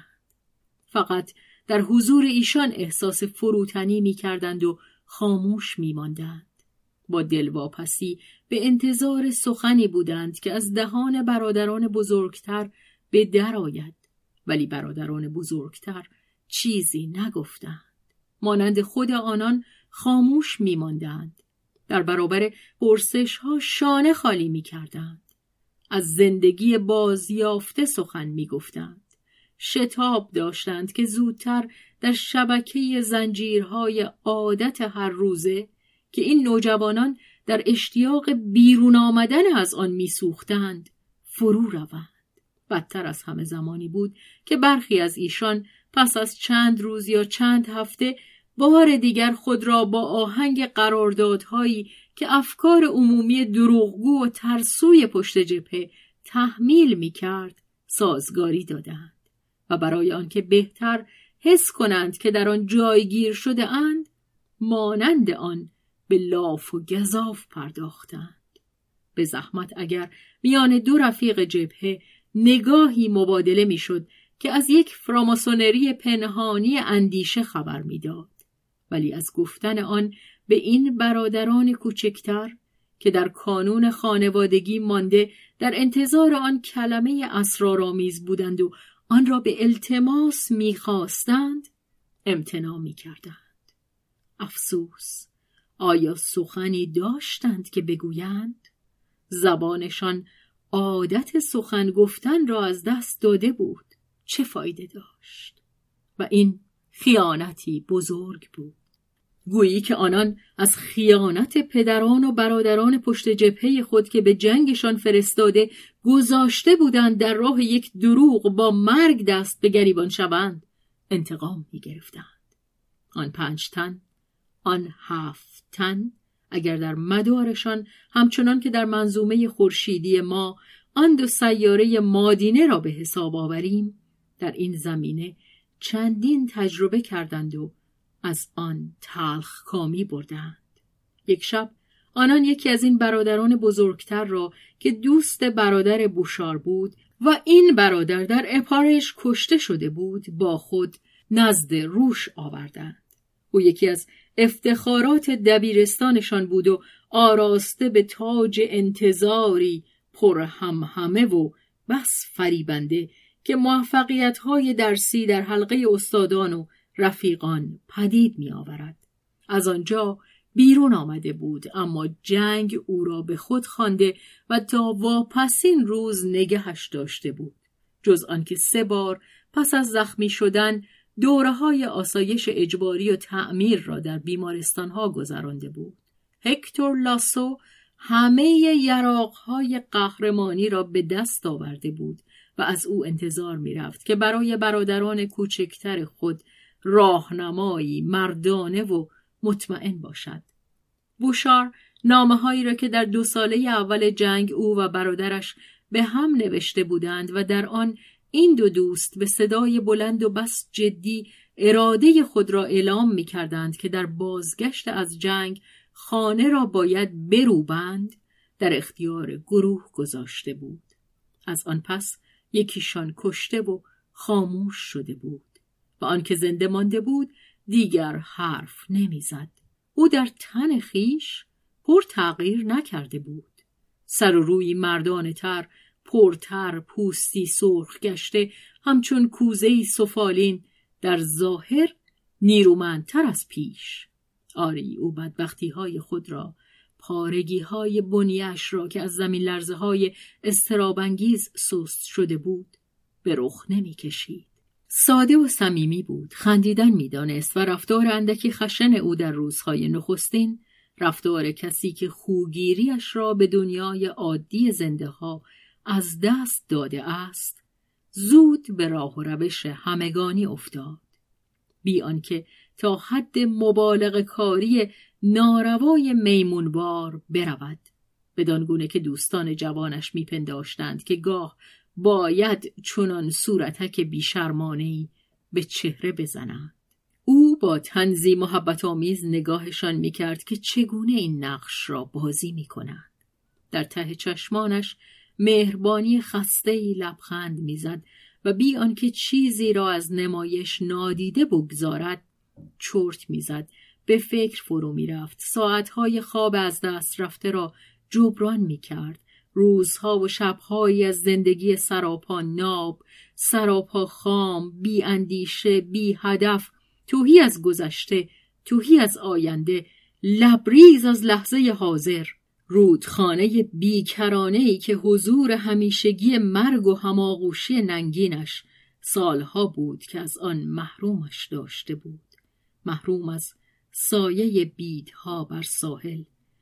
S1: فقط در حضور ایشان احساس فروتنی می‌کردند و خاموش می‌ماندند. با دلواپسی به انتظار سخنی بودند که از دهان برادران بزرگتر به در آید، ولی برادران بزرگتر چیزی نگفتند. مانند خود آنان خاموش می‌ماندند. در برابر پرسش‌ها شانه خالی می‌کردند. از زندگی بازیافته سخن می‌گفتند. شتاب داشتند که زودتر در شبکه زنجیرهای عادت هر روزه که این نوجوانان در اشتیاق بیرون آمدن از آن می‌سوختند فرو روند. بدتر از همه زمانی بود که برخی از ایشان پس از چند روز یا چند هفته بار دیگر خود را با آهنگ قراردادهایی که افکار عمومی دروغگو و ترسوی پشت جبهه تحمیل می‌کرد سازگاری دادند و برای آنکه بهتر حس کنند که در آن جایگیر شده اند، مانند آن به لاف و گزاف پرداختند. به زحمت اگر میان دو رفیق جبهه نگاهی مبادله میشد که از یک فراماسونری پنهانی اندیشه خبر میداد، ولی از گفتن آن به این برادران کوچکتر که در کانون خانوادگی مانده در انتظار آن کلمه اسرارآمیز بودند و آن را به التماس می‌خواستند امتناع می‌کردند. افسوس، آیا سخنی داشتند که بگویند؟ زبانشان عادت سخن گفتن را از دست داده بود. چه فایده داشت؟ و این خیانتی بزرگ بود. گویی که آنان از خیانت پدران و برادران پشت جبهه خود که به جنگشان فرستاده گذاشته بودند در راه یک دروغ با مرگ دست به گریبان شوند انتقام می گرفتند. آن پنج تن، آن هفت تن، اگر در مدارشان همچنان که در منظومه خورشیدی ما آن دو سیاره مادینه را به حساب آوریم، در این زمینه چندین تجربه کردند و از آن تلخ کامی بردند. یک شب آنان یکی از این برادران بزرگتر را که دوست برادر بوشار بود و این برادر در اپارش کشته شده بود با خود نزد روش آوردند. او یکی از افتخارات دبیرستانشان بود و آراسته به تاج انتظاری پر همهمه و بس فریبنده که موفقیت‌های درسی در حلقه استادان و رفیقان پدید می آورد. از آنجا بیرون آمده بود، اما جنگ او را به خود خوانده و تا واپسین روز نگهش داشته بود. جز آنکه سه بار پس از زخمی شدن دوره‌های آسایش اجباری و تعمیر را در بیمارستان‌ها گذرانده بود. هکتور لاسو همه یراق‌های قهرمانی را به دست آورده بود و از او انتظار می‌رفت که برای برادران کوچکتر خود راهنمایی مردانه و مطمئن باشد. بوشار نامه‌هایی را که در دو ساله اول جنگ او و برادرش به هم نوشته بودند و در آن این دو دوست به صدای بلند و بس جدی اراده خود را اعلام می‌کردند که در بازگشت از جنگ خانه را باید بروبند، در اختیار گروه گذاشته بود. از آن پس یکیشان کشته و خاموش شده بود و آنکه زنده مانده بود دیگر حرف نمیزد. او در تن خیش پر تغییر نکرده بود. سر و روی مردانه تر، پرتر، پوستی سرخ گشته، همچون کوزه‌ای سفالین، در ظاهر نیرومندتر از پیش. آری او بدبختی های خود را، پارگی های بنیش را که از زمین لرزه های اضطراب‌انگیز سست شده بود به رخ نمی کشید. ساده و صمیمی بود، خندیدن می دانست و رفتار اندکی خشن او در روزهای نخستین، رفتار کسی که خوگیریش را به دنیای عادی زنده ها از دست داده است، زود به راه و روش همگانی افتاد. بی آنکه تا حد مبالغه کاری ناروای میمونوار برود، بدان گونه که دوستان جوانش میپنداشتند که گاه باید چنان صورتک بیشرمانه‌ای به چهره بزنند. او با طنزی محبت آمیز نگاهشان میکرد که چگونه این نقش را بازی میکنند. در ته چشمانش مهربانی خسته‌ای لبخند میزد و بی آنکه چیزی را از نمایش نادیده بگذارد چرت میزد، به فکر فرو میرفت، ساعتهای خواب از دست رفته را جبران میکرد، روزها و شبهایی از زندگی سراپا ناب، سراپا خام، بی اندیشه، بی هدف، توهی از گذشته، توهی از آینده، لبریز از لحظه حاضر. رودخانه بیکرانه‌ای که حضور همیشگی مرگ و هماغوشی ننگینش سالها بود که از آن محرومش داشته بود. محروم از سایه بیدها بر ساحل،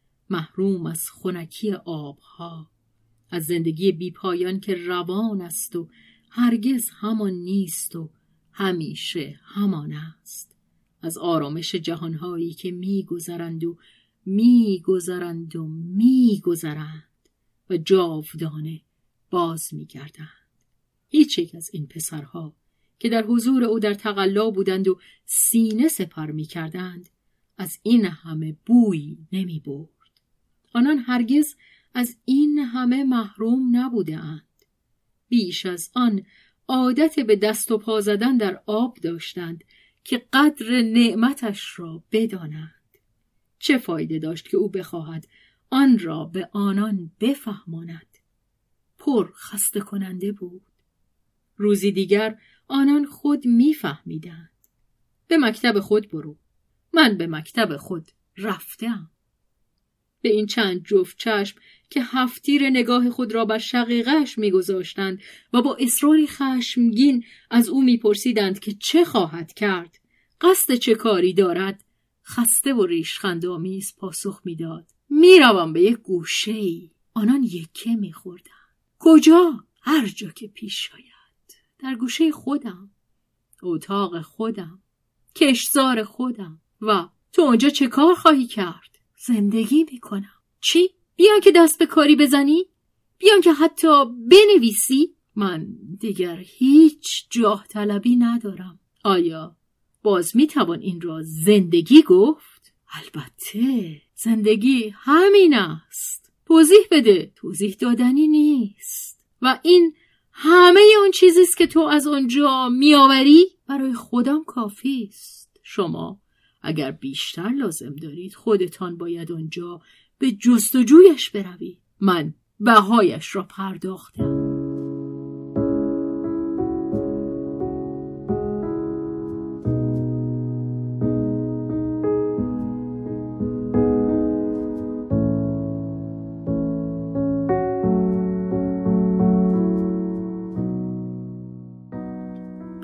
S1: محروم از خنکی آبها، از زندگی بیپایان که روان است و هرگز همان نیست و همیشه همان است، از آرامش جهانهایی که می‌گذرند و می‌گذرند و می‌گذرند و جاودانه باز می‌گردند. هیچ یک از این پسرها که در حضور او در تقلا بودند و سینه سپر می‌کردند از این همه بوی نمی‌برد. آنان هرگز از این همه محروم نبودند. بیش از آن عادت به دست و پا زدن در آب داشتند که قدر نعمتش را بدانند. چه فایده داشت که او بخواهد آن را به آنان بفهماند؟ پر خسته کننده بود. روزی دیگر آنان خود میفهمیدند. به مکتب خود برو. من به مکتب خود رفتم. به این چند جفت چشم که هفتیر نگاه خود را بر شقیقه‌اش می‌گذاشتند و با اصراری خشمگین از او می‌پرسیدند که چه خواهد کرد، قصد چه کاری دارد، خسته و ریشخندآمیز پاسخ می‌داد: می‌روم به یک گوشه‌ای. آنان یکه می‌خوردند. کجا؟ هر جا که پیش آید. در گوشه خودم، اتاق خودم، کشتزار خودم. و تو اونجا چه کار خواهی کرد؟ زندگی میکنم. چی؟ بیان که دست به کاری بزنی؟ بیان که حتی بنویسی؟ من دیگر هیچ جاه طلبی ندارم. آیا باز میتوان این را زندگی گفت؟ البته زندگی همین است. توضیح بده. توضیح دادنی نیست. و این همه اون چیزیست که تو از اونجا میآوری؟ برای خودم کافی است. شما اگر بیشتر لازم دارید خودتان باید اونجا به جستجویش بروید. من بهایش را پرداختم.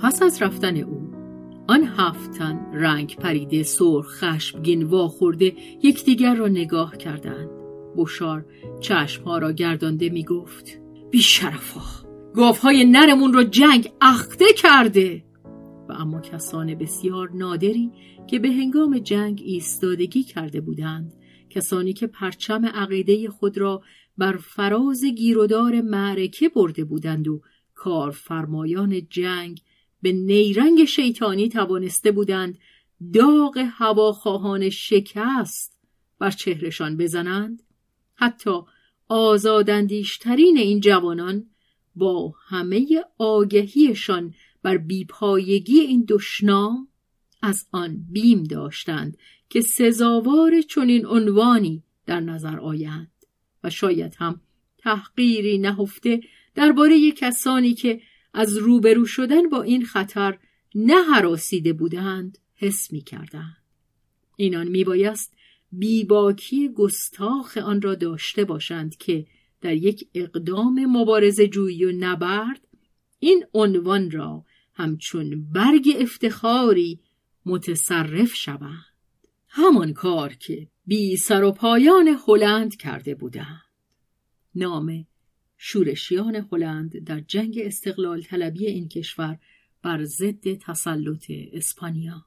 S1: پس از رفتن او آن هفت تن رنگ پریده، سرخ، خشمگین، واخورده یکدیگر را نگاه کردند. بشار چشمها را گردانده می گفت: بی شرفا، گاوهای نرمون را جنگ اخته کرده. و اما کسان بسیار نادری که به هنگام جنگ ایستادگی کرده بودند، کسانی که پرچم عقیده خود را بر فراز گیرودار معرکه برده بودند و کارفرمایان جنگ به نیرنگ شیطانی توانسته بودند داغ هواخواهان شکست بر چهرشان بزنند، حتی آزاداندیشترین این جوانان با همه آگهیشان بر بیپایگی این دشنام از آن بیم داشتند که سزاوار چنین عنوانی در نظر آیند و شاید هم تحقیری نهفته درباره کسانی که از روبرو شدن با این خطر نه هراسیده بودند حس می کردند. اینان می بایست بیباکی گستاخ آن را داشته باشند که در یک اقدام مبارزه جویی و نبرد این عنوان را همچون برگ افتخاری متصرف شوند. همان کار که بی سر و پایان هلند کرده بودند. نام شورشیان هلند در جنگ استقلال طلبی این کشور بر ضد تسلط اسپانیا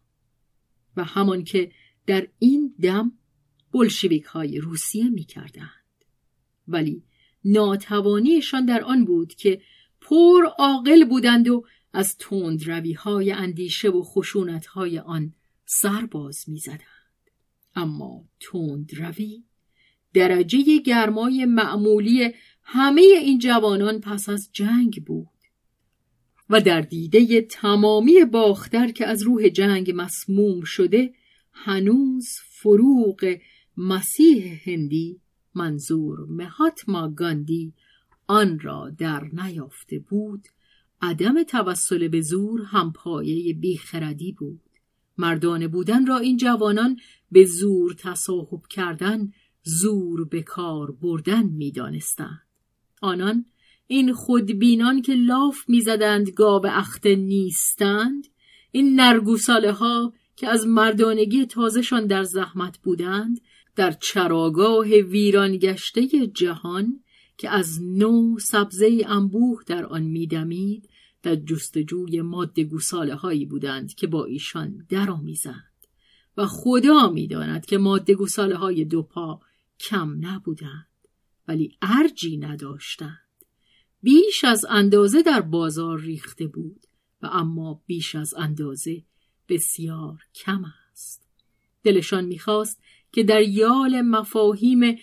S1: و همان که در این دم بولشویک های روسیه می کردند. ولی ناتوانیشان در آن بود که پر عاقل بودند و از تندروی های اندیشه و خشونت های آن سرباز می زدند. اما تندروی درجه گرمای معمولی همه این جوانان پس از جنگ بود و در دیده تمامی باختر که از روح جنگ مسموم شده هنوز فروغ مسیح هندی، منظور مهاتما گاندی، آن را در نیافته بود. عدم توسل به زور همپایه بیخردی بود. مردانه بودن را این جوانان به زور تصاحب کردن، زور به کار بردن می دانستند. آنان این خودبینان که لاف می زدند گاو اخته نیستند، این نرگوساله ها که از مردانگی تازهشان در زحمت بودند، در چراگاه ویران گشته جهان که از نو سبزه انبوه در آن می دمید، در جستجوی ماده گوساله هایی بودند که با ایشان درآمیزند و خدا می داند که ماده گوساله های دو پا کم نبودند ولی ارجی نداشتند. بیش از اندازه در بازار ریخته بود و اما بیش از اندازه بسیار کم است. دلشان می‌خواست که در یال مفاهیم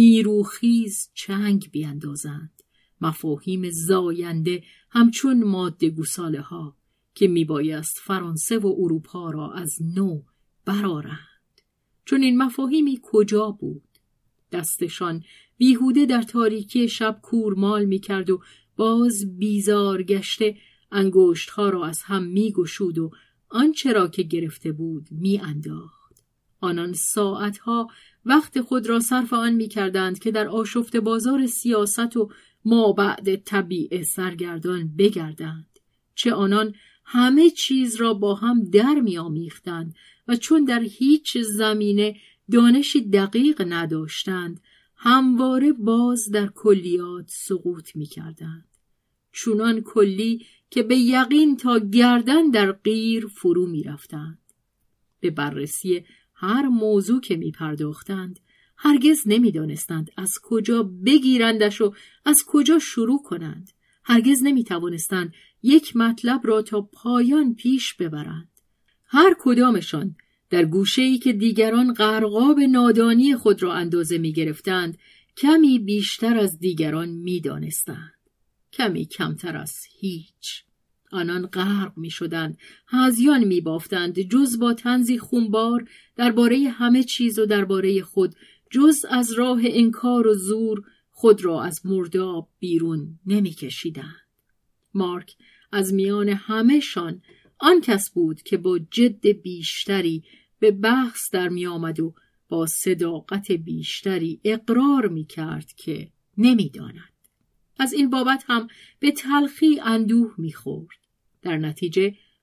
S1: نیروخیز چنگ بیندازند، مفاهیم زاینده همچون ماده گوساله ها که میبایست فرانسه و اروپا را از نو برآرند. چون این مفاهیمی کجا بود؟ دستشان بیهوده در تاریکی شب کورمال میکرد و باز بیزار گشته انگشتها را از هم میگشود و آنچه را که گرفته بود میانداخت. آنان ساعتها وقت خود را صرف آن میکردند که در آشفته بازار سیاست و ما بعد طبیعه سرگردان بگردند. چه آنان همه چیز را با هم در می‌آمیختند و چون در هیچ زمینه دانشی دقیق نداشتند، همواره باز در کلیات سقوط می‌کردند. چونان کلی که به یقین تا گردن در قیر فرو می‌رفتند. به بررسی هر موضوع که می‌پرداختند، هرگز نمی‌دانستند از کجا بگیرندش و از کجا شروع کنند. هرگز نمی‌توانستند یک مطلب را تا پایان پیش ببرند. هر کدامشان در گوشه‌ای که دیگران غرقاب نادانی خود را اندازه می‌گرفتند، کمی بیشتر از دیگران می‌دانستند. کمی کمتر از هیچ. آنان غرق می‌شدند، هذیان می‌بافتند، جز با طنزی خونبار درباره همه چیز و درباره خود، جز از راه انکار و زور خود را از مرداب بیرون نمی‌کشیدند. مارک از میان همه‌شان آن کس بود که با جد بیشتری به بحث در می آمد و با صداقت بیشتری اقرار می کرد که نمی داند. از این بابت هم به تلخی اندوه می خورد. در نتیجه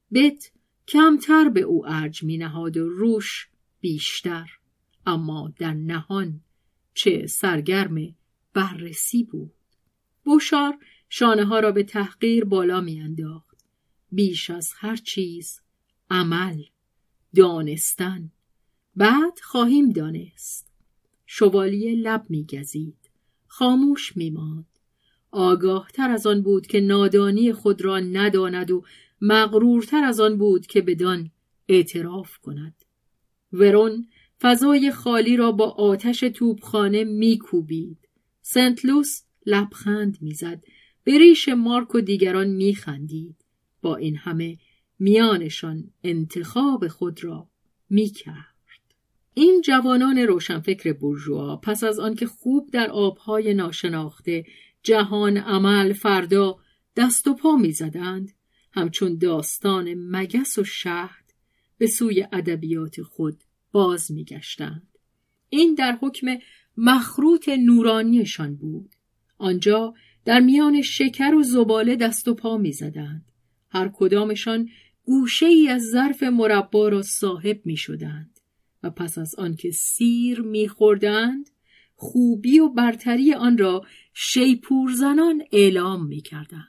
S1: بت کمتر به او ارج می نهاد و روش بیشتر، اما در نهان چه سرگرم بررسی بود. بوشار شانه ها را به تحقیر بالا می انداخت. بیش از هر چیز عمل، دانستن، بعد خواهیم دانست. شوالیه لب می گزید، خاموش می ماند. آگاه تر از آن بود که نادانی خود را نداند و مغرورتر از آن بود که بدان اعتراف کند. ورون فضای خالی را با آتش توپخانه میکوبید. سنت لوس لبخند میزد، به ریش مارک و دیگران میخندید. با این همه میانشان انتخاب خود را میکرد. این جوانان روشنفکر بورژوا پس از آنکه خوب در آبهای ناشناخته جهان عمل فردا دست و پا میزدند، همچون داستان مگس و شهد به سوی ادبیات خود باز میگشتند. این در حکم مخروط نورانیشان بود. آنجا در میان شکر و زباله دست و پا میزدند. هر کدامشان گوشه ای از ظرف مربا را صاحب میشدند و پس از آنکه سیر میخوردند خوبی و برتری آن را شیپور زنان اعلام میکردند.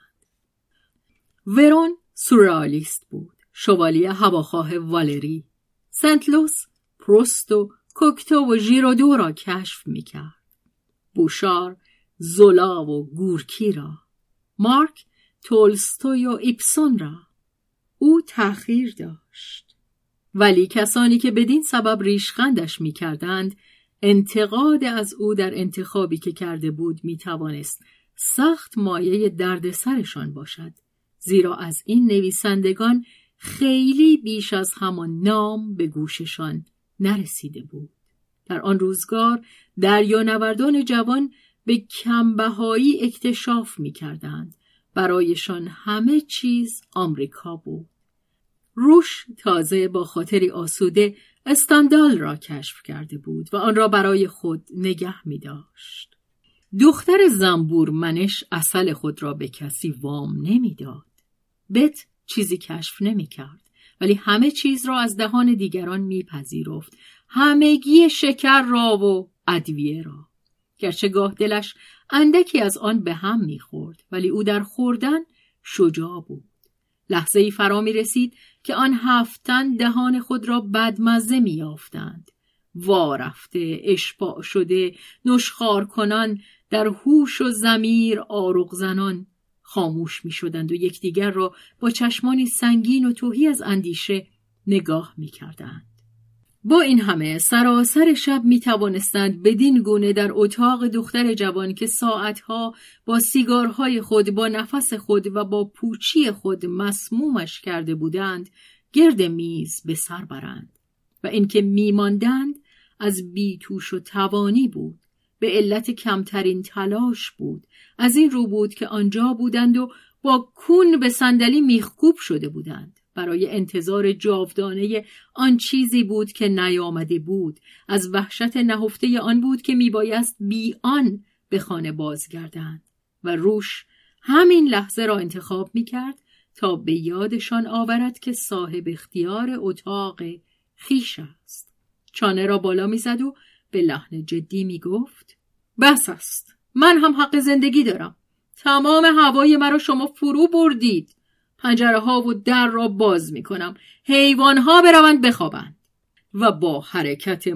S1: ورون سورئالیست بود، شوالیه هواخواه والری. سنت لوس پروست و کوکتو و ژیرودو را کشف میکرد. بوشار زولا و گورکی را، مارک تولستوی و ایپسون را. او تأخیر داشت، ولی کسانی که بدین سبب ریشخندش میکردند انتقاد از او در انتخابی که کرده بود میتوانست سخت مایه دردسرشان باشد، زیرا از این نویسندگان خیلی بیش از همان نام به گوششان نرسیده بود. در آن روزگار دریانوردان جوان به کمبهایی اکتشاف می‌کردند. برایشان همه چیز آمریکا بود. روش تازه با خاطری آسوده استاندال را کشف کرده بود و آن را برای خود نگه می‌داشت. دختر زنبور منش عسل خود را به کسی وام نمی‌داد. بت چیزی کشف نمی‌کرد، ولی همه چیز را از دهان دیگران میپذیرفت، همگی شکر را و ادویه را. گرچه گاه دلش اندکی از آن به هم میخورد، ولی او در خوردن شجاع بود. لحظه ای فرا می رسید که آن هفتن دهان خود را بدمزه می یافتند. وارفته، اشباع شده، نشخوار کنان، در هوش و ضمیر آروغ زنان خاموش می شدند و یکدیگر را با چشمانی سنگین و تهی از اندیشه نگاه می کردند. با این همه سراسر شب می توانستند بدین گونه در اتاق دختر جوان که ساعتها با سیگارهای خود، با نفس خود و با پوچی خود مسمومش کرده بودند گرد میز به سر برند و اینکه می ماندند از بیتوش و توانی بود، به علت کمترین تلاش بود. از این رو بود که آنجا بودند و با کون به صندلی میخکوب شده بودند. برای انتظار جاودانه آن چیزی بود که نیامده بود. از وحشت نهفته آن بود که میبایست بی آن به خانه بازگردند و روش همین لحظه را انتخاب میکرد تا به یادشان آورد که صاحب اختیار اتاق خیش است. چانه را بالا میزد و به لحن جدی میگفت: بس است، من هم حق زندگی دارم. تمام هوای مرا شما فرو بردید. پنجره ها و در را باز می کنم. حیوان ها بروند بخوابند. و با حرکت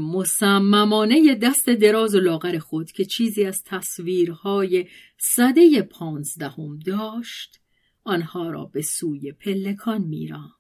S1: مصممانه دست دراز و لاغر خود که چیزی از تصویرهای سده پانزدهم داشت، آنها را به سوی پلکان می راند.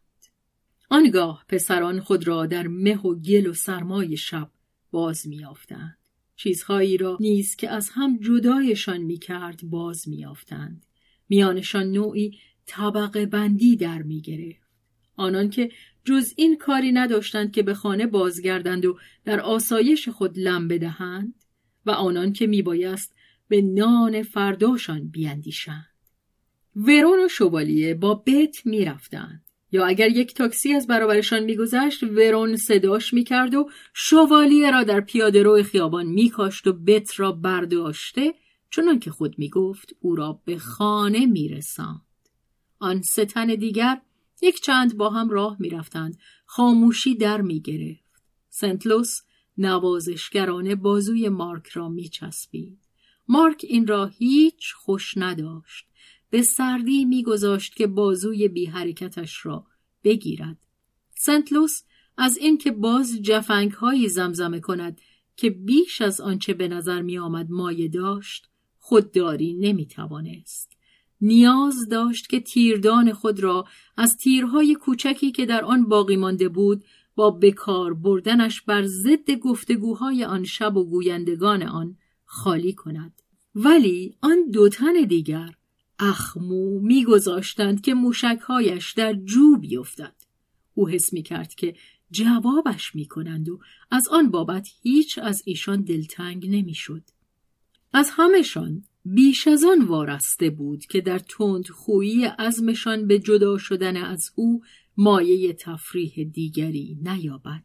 S1: آنگاه پسران خود را در مه و گل و سرمای شب باز می یافتند. چیزهایی را نیز که از هم جدایشان می کرد باز می یافتند. میانشان نوعی طبقه بندی در می گرفت. آنان که جز این کاری نداشتند که به خانه بازگردند و در آسایش خود لم بدهند و آنان که می بایست به نان فرداشان بیندیشند. ورون و شوالیه با بت می رفتند. یا اگر یک تاکسی از برابرشان میگذشت، ورون صداش میکرد و شوالیه را در پیاده‌رو خیابان میکاشت و بت را برداشته، چنان که خود میگفت، او را به خانه میرساند. آن سه تن دیگر یک چند با هم راه می رفتند. خاموشی در می گرفت. سنتلوس نوازشگرانه بازوی مارک را می چسبید. مارک این را هیچ خوش نداشت. به سردی می گذاشت که بازوی بی حرکتش را بگیرد. سنتلوس از این که باز جفنگ هایی زمزمه کند که بیش از آنچه به نظر می آمد مایه داشت خودداری نمی توانست. نیاز داشت که تیردان خود را از تیرهای کوچکی که در آن باقی مانده بود با بکار بردنش بر ضد گفتگوهای آن شب و گویندگان آن خالی کند. ولی آن دو تن دیگر اخمو می گذاشتند که موشکهایش در جو بیفتد. او حس می کرد که جوابش می کنند و از آن بابت هیچ از ایشان دلتنگ نمی شد. از همشان بیش از آن وارسته بود که در تند خویی عزمشان به جدا شدن از او مایه تفریح دیگری نیابد.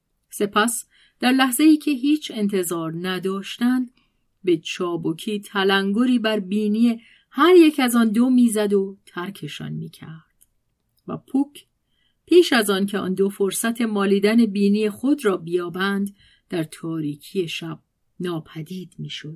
S1: سپس در لحظه‌ای که هیچ انتظار نداشتند به چابکی تلنگری بر بینی هر یک از آن دو میزد و ترکشان میکرد و پوک پیش از آن که آن دو فرصت مالیدن بینی خود را بیابند در تاریکی شب ناپدید میشد.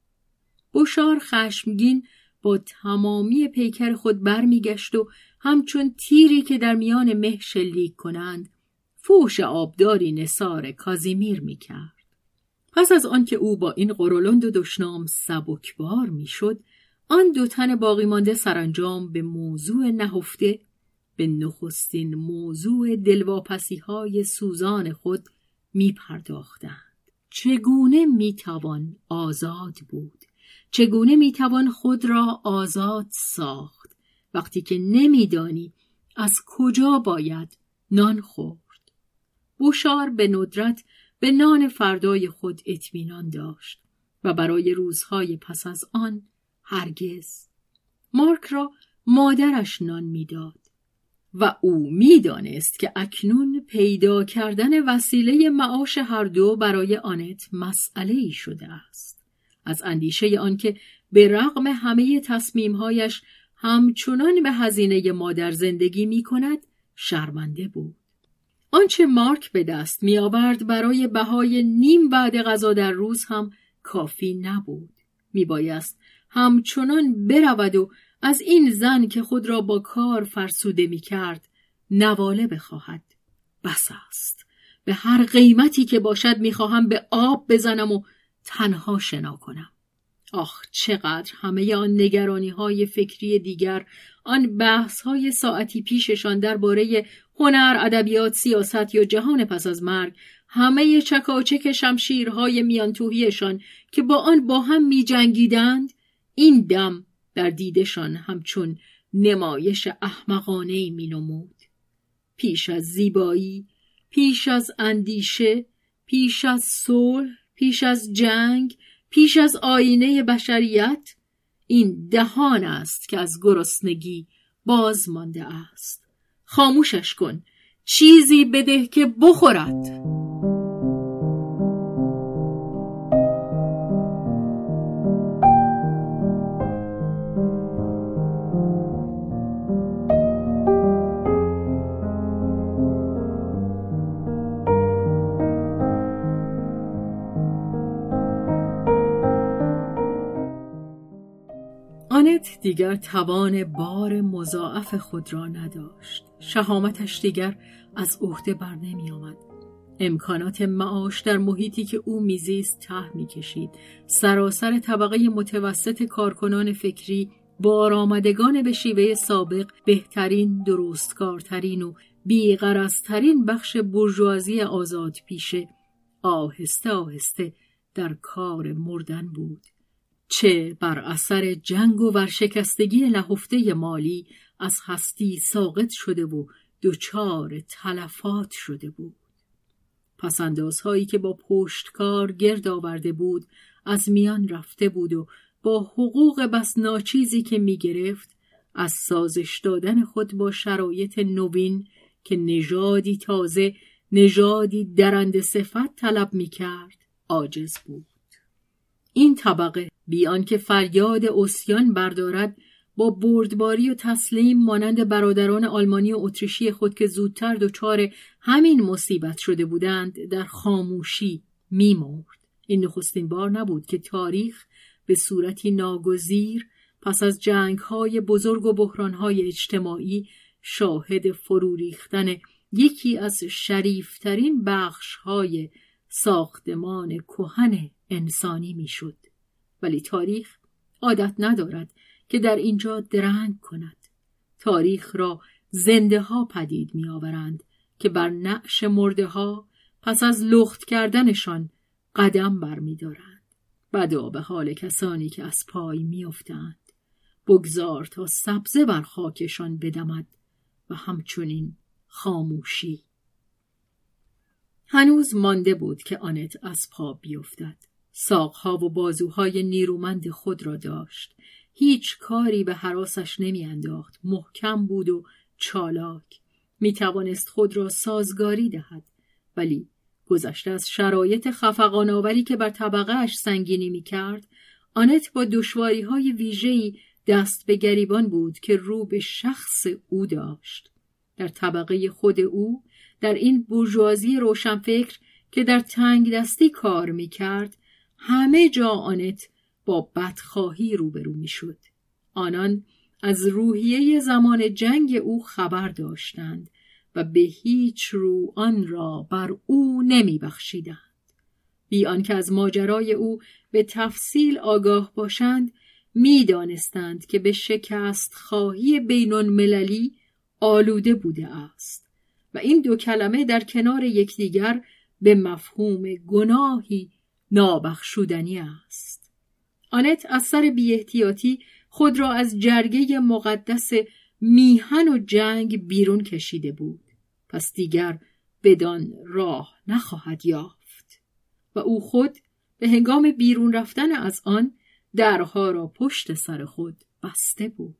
S1: بوشار خشمگین با تمامی پیکر خود برمیگشت و همچون تیری که در میان مه شلیک کنند فوش آبداری نثار کازیمیر میکرد. پس از آن که او با این قرولند و دشنام سبکبار میشد، آن دو تن باقی مانده سرانجام به موضوع نهفته، به نخستین موضوع دلواپسی های سوزان خود می پرداختند. چگونه می توان آزاد بود؟ چگونه می توان خود را آزاد ساخت وقتی که نمی دانی از کجا باید نان خورد؟ بوشار به ندرت به نان فردای خود اطمینان داشت و برای روزهای پس از آن هرگز. مارک را مادرش نان میداد و او میدانست که اکنون پیدا کردن وسیله معاش هر دو برای آنت مسئله‌ای شده است. از اندیشه آنکه به رغم همه تصمیمهایش همچنان به هزینه مادر زندگی می کند شرمنده بود. آنچه مارک به دست می آورد برای بهای نیم بعد غذا در روز هم کافی نبود. می بایست همچنان برود و از این زن که خود را با کار فرسوده می کرد نواله بخواهد. بس است. به هر قیمتی که باشد می خواهم به آب بزنم و تنها شنا کنم. آخ چقدر همه آن نگرانی های فکری دیگر، آن بحث های ساعتی پیششان درباره هنر، ادبیات، سیاست یا جهان پس از مرگ، همه چکاچک شمشیرهای میانتوهیشان که با آن با هم می جنگیدند، این دم در دیدشان همچون نمایش احمقانه‌ای می نمود. پیش از زیبایی، پیش از اندیشه، پیش از صلح، پیش از جنگ، پیش از آینه بشریت، این دهان است که از گرسنگی باز مانده است. خاموشش کن، چیزی بده که بخورد. آنت دیگر توان بار مضاعف خود را نداشت. شهامتش دیگر از عهده بر نمی آمد. امکانات معاش در محیطی که او میزیست ته می کشید. سراسر طبقه متوسط کارکنان فکری، بارآمدگان به شیوه سابق، بهترین، درستکارترین و بیغرضترین بخش بورژوازی آزاد پیشه، آهسته آهسته در کار مردن بود. چه بر اثر جنگ و ورشکستگی نهفته مالی از هستی ساقط شده و دچار تلفات شده بود. پسندازهایی که با پشتکار گرد آورده بود از میان رفته بود و با حقوق بس ناچیزی که می گرفت از سازش دادن خود با شرایط نوین که نژادی تازه، نژادی درنده صفت طلب می کرد عاجز بود. این طبقه بی آنکه فریاد عصیان بردارد با بردباری و تسلیم مانند برادران آلمانی و اتریشی خود که زودتر دچار همین مصیبت شده بودند در خاموشی می‌مرد. این نخستین بار نبود که تاریخ به صورتی ناگزیر پس از جنگ‌های بزرگ و بحران‌های اجتماعی شاهد فرو ریختن یکی از شریفترین بخش‌های ساختمان کهن انسانی می‌شد. ولی تاریخ عادت ندارد که در اینجا درنگ کند. تاریخ را زنده ها پدید می آورند که بر نعش مرده ها پس از لخت کردنشان قدم بر می دارند. بدا به حال کسانی که از پای می افتند. بگذار تا سبزه بر خاکشان بدمد و همچنین خاموشی. هنوز مانده بود که آنت از پا بیفتد. ساقها و بازوهای نیرومند خود را داشت. هیچ کاری به هراسش نمی انداخت. محکم بود و چالاک. می توانست خود را سازگاری دهد. ولی گذشته از شرایط خفقان‌آوری که بر طبقه اش سنگینی می کرد، آنت با دشواری های ویژه‌ای دست به گریبان بود که رو به شخص او داشت. در طبقه خود او، در این بورژوازی روشنفکر که در تنگ دستی کار می کرد، همه جا آنت با بدخواهی روبرو می شد. آنان از روحیه زمان جنگ او خبر داشتند و به هیچ رو آن را بر او نمی بخشیدند. بی آنکه از ماجرای او به تفصیل آگاه باشند، می دانستند که به شکست خواهی بینون مللی آلوده بوده است و این دو کلمه در کنار یکدیگر به مفهوم گناهی نابخشودنی است. آنت از سر بی احتیاطی خود را از جرگه مقدس میهن و جنگ بیرون کشیده بود. پس دیگر بدان راه نخواهد یافت و او خود به هنگام بیرون رفتن از آن درها را پشت سر خود بسته بود.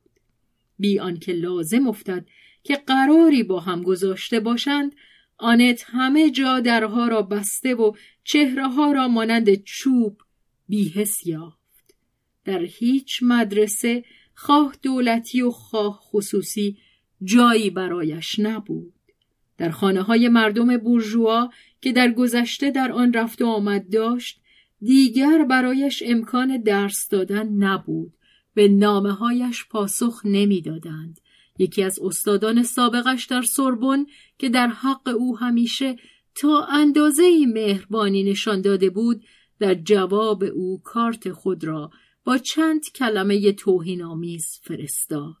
S1: بی آنکه لازم افتد که قراری با هم گذاشته باشند، آنت همه جا درها را بسته و چهره ها را مانند چوب بی‌حس یافت. در هیچ مدرسه، خواه دولتی و خواه خصوصی، جایی برایش نبود. در خانه های مردم بورژوا که در گذشته در آن رفت و آمد داشت، دیگر برایش امکان درس دادن نبود. به نامه هایش پاسخ نمی دادند. یکی از استادان سابقش در سوربن که در حق او همیشه تا اندازه‌ای مهربانی نشان داده بود، در جواب او کارت خود را با چند کلمه توهین‌آمیز فرستاد.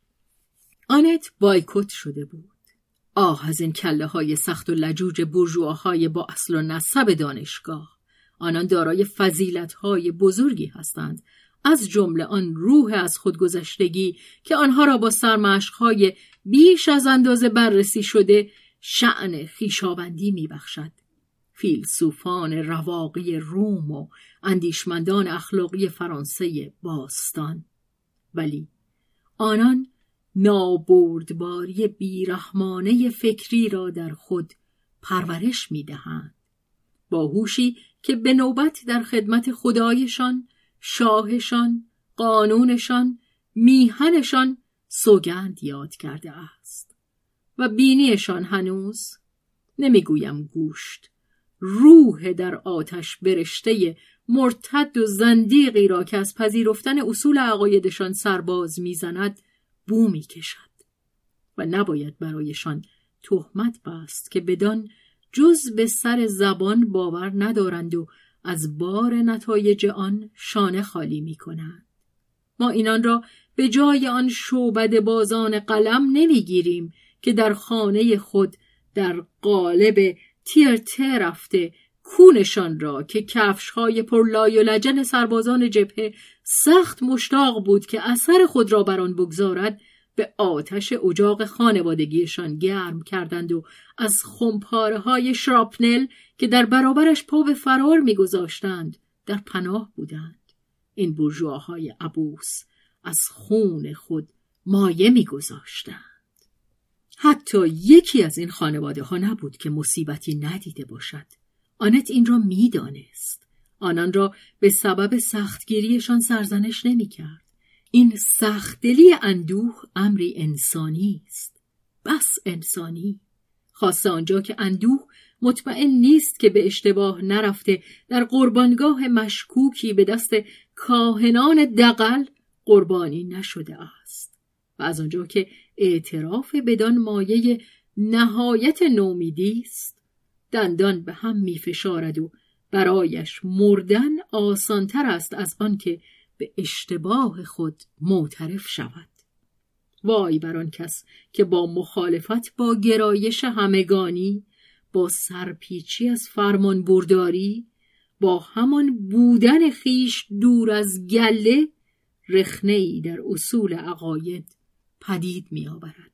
S1: آنت بایکوت شده بود. آه از این کله های سخت و لجوج بورژواهای با اصل و نسب دانشگاه. آنان دارای فضیلت های بزرگی هستند، از جمله آن روح از خودگذشتگی که آنها را با سرمشق‌های بیش از اندازه بررسی شده شأن خویشاوندی می‌بخشد. فیلسوفان رواقی روم و اندیشمندان اخلاقی فرانسه باستان. ولی آنان نابردباری بیرحمانه فکری را در خود پرورش می‌دهند، با هوشی که به نوبت در خدمت خدایشان، شاهشان، قانونشان، میهنشان سوگند یاد کرده است و بینیشان هنوز، نمیگویم گوشت، روح در آتش برشته مرتد و زندیقی را که از پذیرفتن اصول عقایدشان سرباز میزند بو میکشد و نباید برایشان تهمت بست که بدان جز به سر زبان باور ندارند و از بار نتایج آن شانه خالی می کنند. ما اینان را به جای آن شعبده بازان قلم نمی گیریم که در خانه خود در قالب تیرته رفته کونشان را که کفش‌های پرلای و لجن سربازان جبهه سخت مشتاق بود که اثر خود را بر آن بگذارد، به آتش اجاق خانوادگیشان گرم کردند و از خمپاره‌های شراپنل که در برابرش پا به فرار می‌گذاشتند در پناه بودند. این بورژواهای عبوس از خون خود مایه می‌گذاشتند. حتی یکی از این خانواده ها نبود که مصیبتی ندیده باشد. آنت این را می‌دانست. آنان را به سبب سختگیریشان سرزنش نمی‌کرد. این سخت‌دلی اندوه امری انسانی است، بس انسانی، خاصه آنجا که اندوه مطمئن نیست که به اشتباه نرفته در قربانگاه مشکوکی به دست کاهنان دغل قربانی نشده است و از آنجا که اعتراف بدان مایه نهایت نومیدی است، دندان به هم می فشارد و برایش مردن آسانتر است از آن که به اشتباه خود معترف شود. وای بر آن کس که با مخالفت با گرایش همگانی، با سرپیچی از فرمان برداری، با همان بودن خیش دور از گله، رخنه‌ای در اصول عقاید پدید می آورد.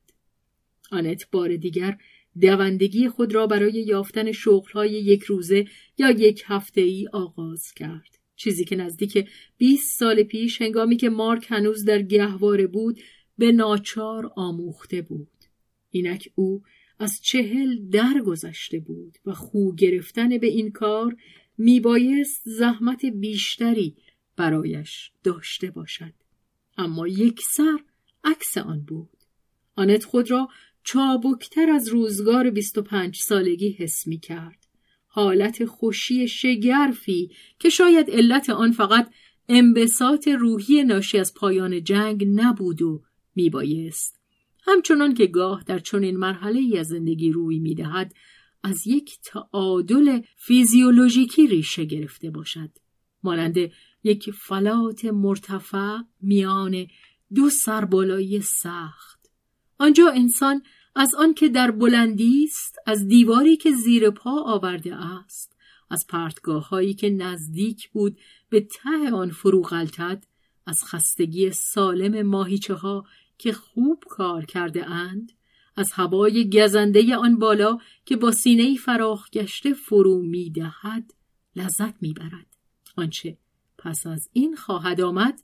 S1: آنت بار دیگر دوندگی خود را برای یافتن شغل‌های یک روزه یا یک هفته‌ای آغاز کرد. چیزی که نزدیک بیست سال پیش هنگامی که مارک هنوز در گهواره بود به ناچار آموخته بود. اینک او از چهل درگذشته بود و خو گرفتن به این کار میبایست زحمت بیشتری برایش داشته باشد. اما یک سر عکس آن بود. آنت خود را چابکتر از روزگار بیست و پنج سالگی حس می کرد. حالت خوشی شگرفی که شاید علت آن فقط انبساط روحی ناشی از پایان جنگ نبود و می بایست همچنان که گاه در چنین مرحله‌ای از زندگی روی می دهد از یک تعادل فیزیولوژیکی ریشه گرفته باشد، مانند یک فلات مرتفع میان دو سربالایی سخت. آنجا انسان از آن که در بلندی است، از دیواری که زیر پا آورده است، از پرتگاه هایی که نزدیک بود به ته آن فرو غلتد، از خستگی سالم ماهیچه ها که خوب کار کرده اند، از هوای گزنده آن بالا که با سینه‌ای فراخ گشته فرو می دهد لذت می برد. آنچه پس از این خواهد آمد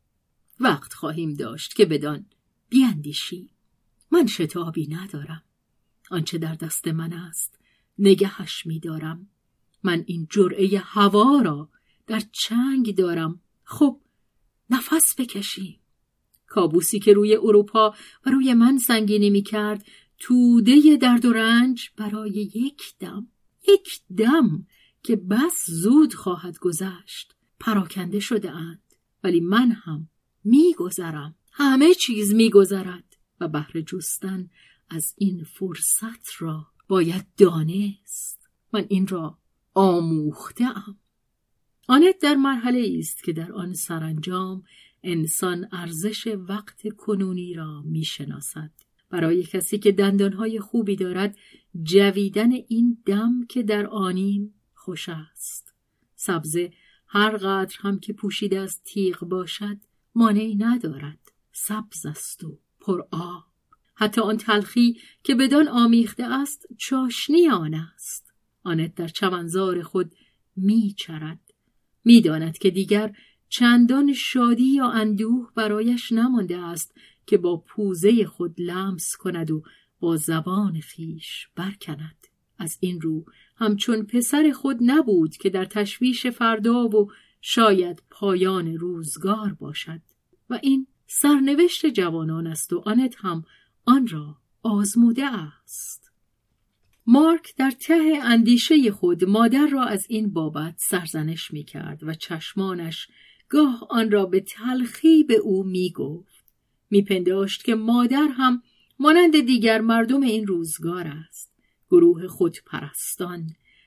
S1: وقت خواهیم داشت که بدان بیندیشیم. من شتابی ندارم. آنچه در دست من است نگهش می دارم. من این جرعه هوا را در چنگ دارم. خب نفس بکشیم. کابوسی که روی اروپا و روی من سنگینی می کرد، توده درد و رنج برای یک دم، یک دم که بس زود خواهد گذشت، پراکنده شده اند. ولی من هم می گذرم. همه چیز می گذرد و بهر جستن از این فرصت را باید دانست. من این را آموخته‌ام. آنت در مرحله است که در آن سرانجام انسان ارزش وقت کنونی را می شناسد. برای کسی که دندانهای خوبی دارد، جویدن این دم که در آنیم خوش است. سبزه هر قدر هم که پوشیده از تیغ باشد مانعی ندارد. سبز است و پر آب. حتی آن تلخی که بدان آمیخته است چاشنی آن است. آنت در چمنزار خود می چرد. می داند که دیگر چندان شادی یا اندوه برایش نمانده است که با پوزه خود لمس کند و با زبان خیش برکند. از این رو همچون پسر خود نبود که در تشویش فردا و شاید پایان روزگار باشد. و این سرنوشت جوانان است و آنت هم آن را آزموده است. مارک در ته اندیشه خود مادر را از این بابت سرزنش می کرد و چشمانش گاه آن را به تلخی به او می گفت. می پنداشت که مادر هم مانند دیگر مردم این روزگار است. گروه خودپرستان،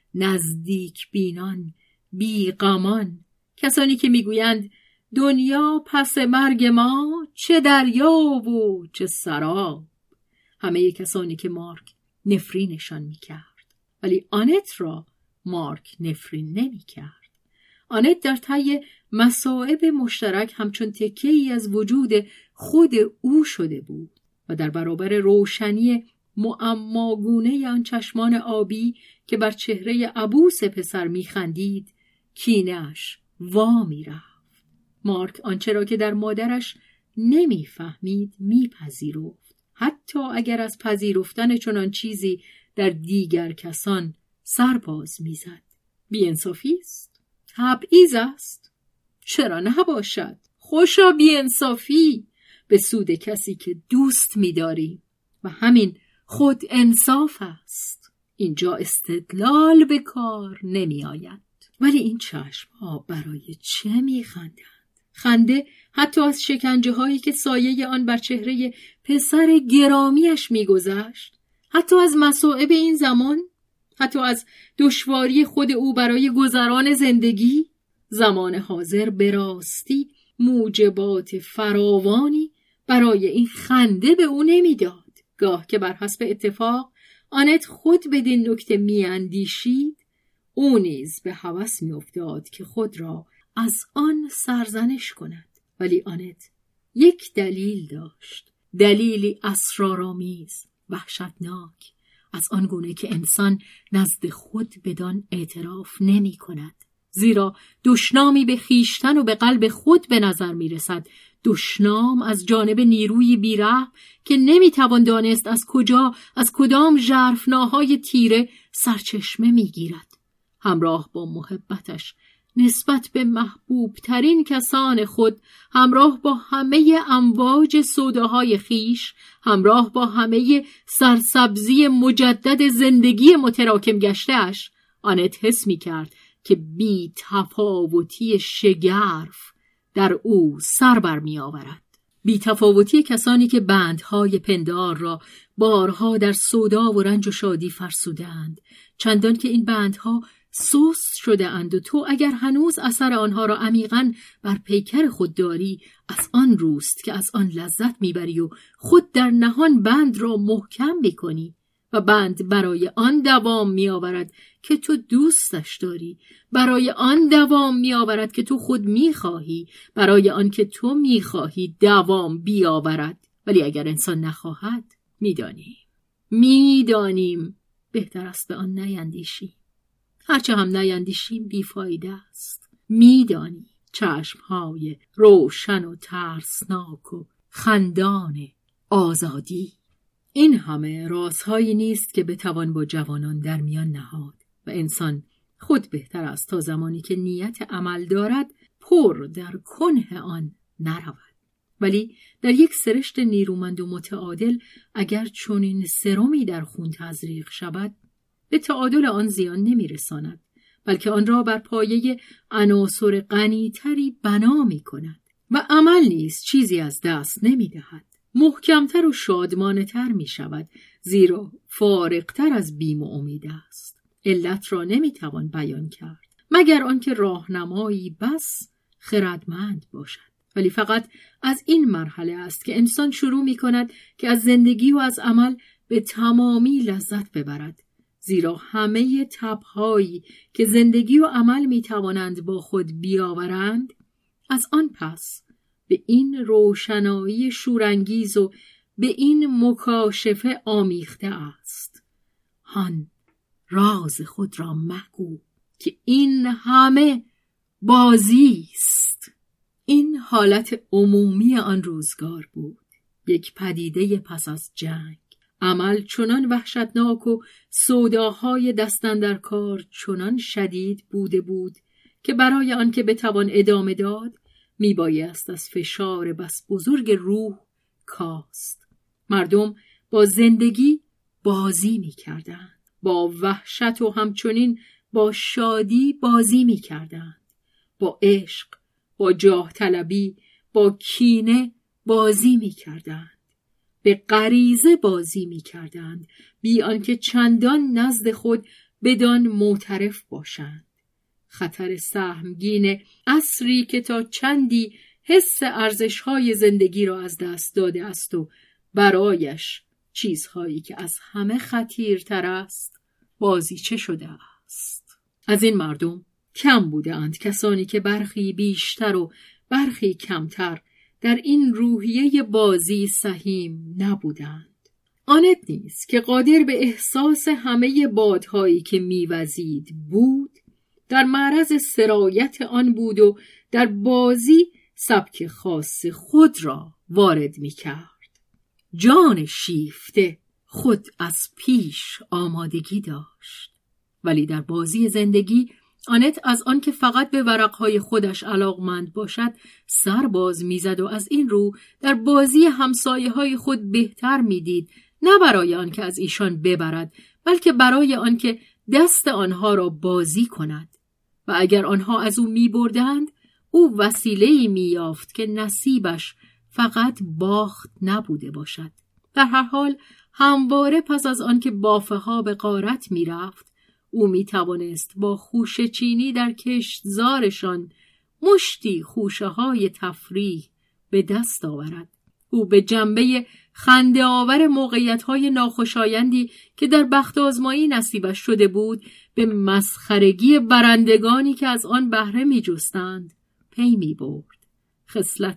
S1: نزدیک بینان، بیغمان، کسانی که می گویند دنیا پس مرگ ما چه دریا و چه سراب. همه کسانی که مارک نفرینشان می کرد. ولی آنت را مارک نفرین نمی کرد. آنت در طی مصائب مشترک همچون تکه‌ای از وجود خود او شده بود و در برابر روشنی معماگونه آن چشمان آبی که بر چهره عبوس پسر می خندید، کینه‌اش وا می رفت. مارک آنچه را که در مادرش نمی فهمید می پذیرفت، حتی اگر از پذیرفتن چنان چیزی در دیگر کسان سرباز می زد. بی‌انصافی است، تبعیض است. چرا نباشد؟ خوشا بی انصافی به سود کسی که دوست می‌داری و همین خود انصاف است. اینجا استدلال به کار نمی آید. ولی این چشم‌ها برای چه می‌خندند؟ خنده حتی از شکنجه هایی که سایه آن بر چهره پسر گرامیش می‌گذشت، حتی از مصائب این زمان، حتی از دشواری خود او برای گذران زندگی. زمان حاضر به راستی موجبات فراوانی برای این خنده به او نمیداد. گاه که بر حسب اتفاق آنت خود بدین نکته میاندیشید، او نیز به هوس میافتاد که خود را از آن سرزنش کند. ولی آنت یک دلیل داشت، دلیلی اسرارآمیز، وحشتناک، از آن گونه که انسان نزد خود بدان اعتراف نمی کند. زیرا دشنامی به خیشتن و به قلب خود به نظر می رسد، دشنام از جانب نیروی بیرحم که نمی توان دانست از کجا، از کدام ژرفناهای تیره سرچشمه می گیرد. همراه با محبتش نسبت به محبوب ترین کسان خود، همراه با همه امواج سوداهای خیش، همراه با همه سرسبزی مجدد زندگی متراکم گشته‌اش، آنت حس می کرد که بی تفاوتی شگرف در او سر بر می آورد. بی تفاوتی کسانی که بندهای پندار را بارها در سودا و رنج و شادی فرسودند، چندان که این بندها سست شده اند و تو اگر هنوز اثر آنها را عمیقاً بر پیکر خود داری، از آن روست که از آن لذت میبری و خود در نهان بند را محکم میکنی و بند برای آن دوام میآورد که تو دوستش داری، برای آن دوام میآورد که تو خود میخواهی، برای آن که تو میخواهی دوام بیاورد. ولی اگر انسان نخواهد، میدانیم میدانیم بهتر است به آن نیندیشی. هرچه هم نیندیشیم بیفایده است. میدانی چشمهای روشن و ترسناک و خندان آزادی، این همه رازهایی نیست که بتوان با جوانان در میان نهاد و انسان خود بهتر است تا زمانی که نیت عمل دارد پر در کنه آن نرود. ولی در یک سرشت نیرومند و متعادل اگر چنین سرمی در خون تزریق شود، به تعادل آن زیان نمی رساند، بلکه آن را بر پایه عناصر غنی‌تری بنا می کند و عمل نیز چیزی از دست نمی دهد. محکمتر و شادمانه‌تر می شود، زیرا فارغتر از بیم و امید است. علت را نمی توان بیان کرد مگر آنکه راهنمایی بس خردمند باشد. ولی فقط از این مرحله است که انسان شروع می کند که از زندگی و از عمل به تمامی لذت ببرد، زیرا همه تب‌هایی که زندگی و عمل می توانند با خود بیاورند، از آن پس به این روشنایی شورانگیز و به این مکاشفه آمیخته است. هان راز خود را مگو که این همه بازی است. این حالت عمومی آن روزگار بود، یک پدیده پس از جنگ. عمل چنان وحشتناک و سوداهای دستاندر کار چنان شدید بوده بود که برای آن که بتوان ادامه داد میبایست از فشار بس بزرگ روح کاست. مردم با زندگی بازی میکردند، با وحشت و همچنین با شادی بازی میکردند، با عشق، با جاه طلبی، با کینه بازی میکردند، به غریزه بازی میکردند، بی آنکه چندان نزد خود بدان معترف باشند. خطر سهمگین عصری که تا چندی حس ارزش‌های زندگی را از دست داده است و برایش چیزهایی که از همه خطیرتر است بازیچه شده است. از این مردم کم بودند کسانی که برخی بیشتر و برخی کمتر در این روحیه بازی سهیم نبودند. آنت نیست که قادر به احساس همه بادهایی که میوزید بود، در معرض سرایت آن بود و در بازی سبک خاص خود را وارد می کرد. جان شیفته خود از پیش آمادگی داشت، ولی در بازی زندگی آنت از آن که فقط به ورقهای خودش علاقمند باشد سر باز میزد و از این رو در بازی همسایه های خود بهتر میدید، نه برای آن که از ایشان ببرد، بلکه برای آن که دست آنها را بازی کند. و اگر آنها از او می بردند، او وسیله‌ای می یافت که نصیبش فقط باخت نبوده باشد. در هر حال همواره پس از آن که بافه ها به غارت می رفت، او می توانست با خوشه چینی در کشتزارشان مشتی خوشه های تفریح به دست آورد. او به جنبه خنده آور موقعیت های ناخوشایندی که در بخت آزمایی نصیبش شده بود، به مسخرگی برندگانی که از آن بهره می جستند پی می برد. خصلت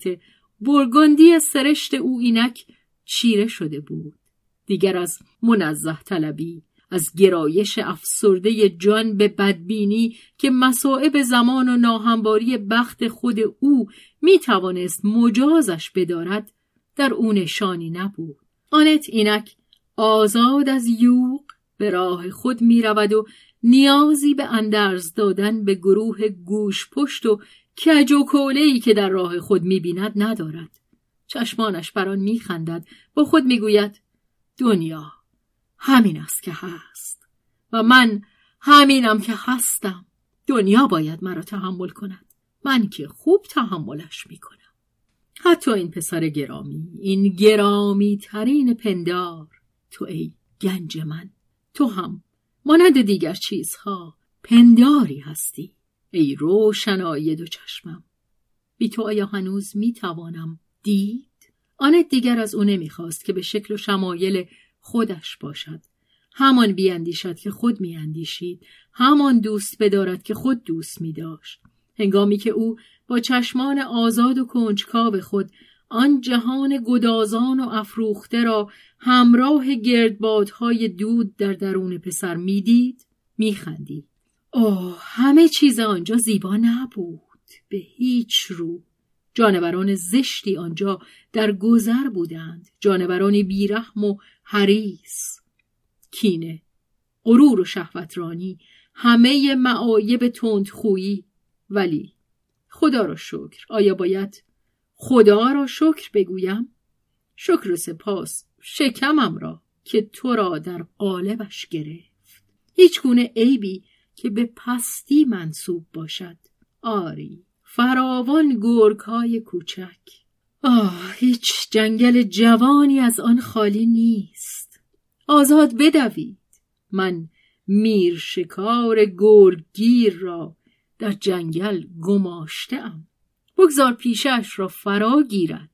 S1: برگندی سرشت او اینک چیره شده بود. دیگر از منزه طلبی، از گرایش افسرده جان به بدبینی که مصائب زمان و ناهمواری بخت خود او می توانست مجازش بدارد، در او نشانی نبود. آنت اینک آزاد از یوغ به راه خود می رود و نیازی به اندرز دادن به گروه گوش پشت و کج و کوله‌ای که در راه خود می بیند ندارد. چشمانش بر آن می خندد، با خود می گوید دنیا همین است که هست و من همینم که هستم. دنیا باید مرا تحمل کند، من که خوب تحملش می کنم. حتی این پسر گرامی، این گرامی ترین پندار، تو ای گنج من، تو هم مانند دیگر چیزها پنداری هستی. ای روشنایی دو چشمم، بی تو آیا هنوز می توانم دید؟ آنت دیگر از او نمی خواست که به شکل و شمایل خودش باشد، همان بیاندیشد که خود می اندیشید، همان دوست بدارد که خود دوست می داشت. هنگامی که او با چشمان آزاد و کنجکاو خود آن جهان گدازان و افروخته را همراه گردبادهای دود در درون پسر می دید، می خندید. اوه، همه چیز آنجا زیبا نبود به هیچ رو. جانوران زشتی آنجا در گذر بودند، جانورانی بیرحم و حریص. کینه، غرور و شهوترانی، همه معایب تندخویی. ولی خدا را شکر، آیا باید خدا را شکر بگویم؟ شکر و سپاس شکمم را که تو را در قالبش گرفت. هیچ گونه عیبی که به پستی منسوب باشد. آری، فراوان گرگ‌های کوچک. آه، هیچ جنگل جوانی از آن خالی نیست. آزاد بدوید. من میر شکار گرگگیر را در جنگل گماشته‌ام. بگذار پیشش را فرا گیرد.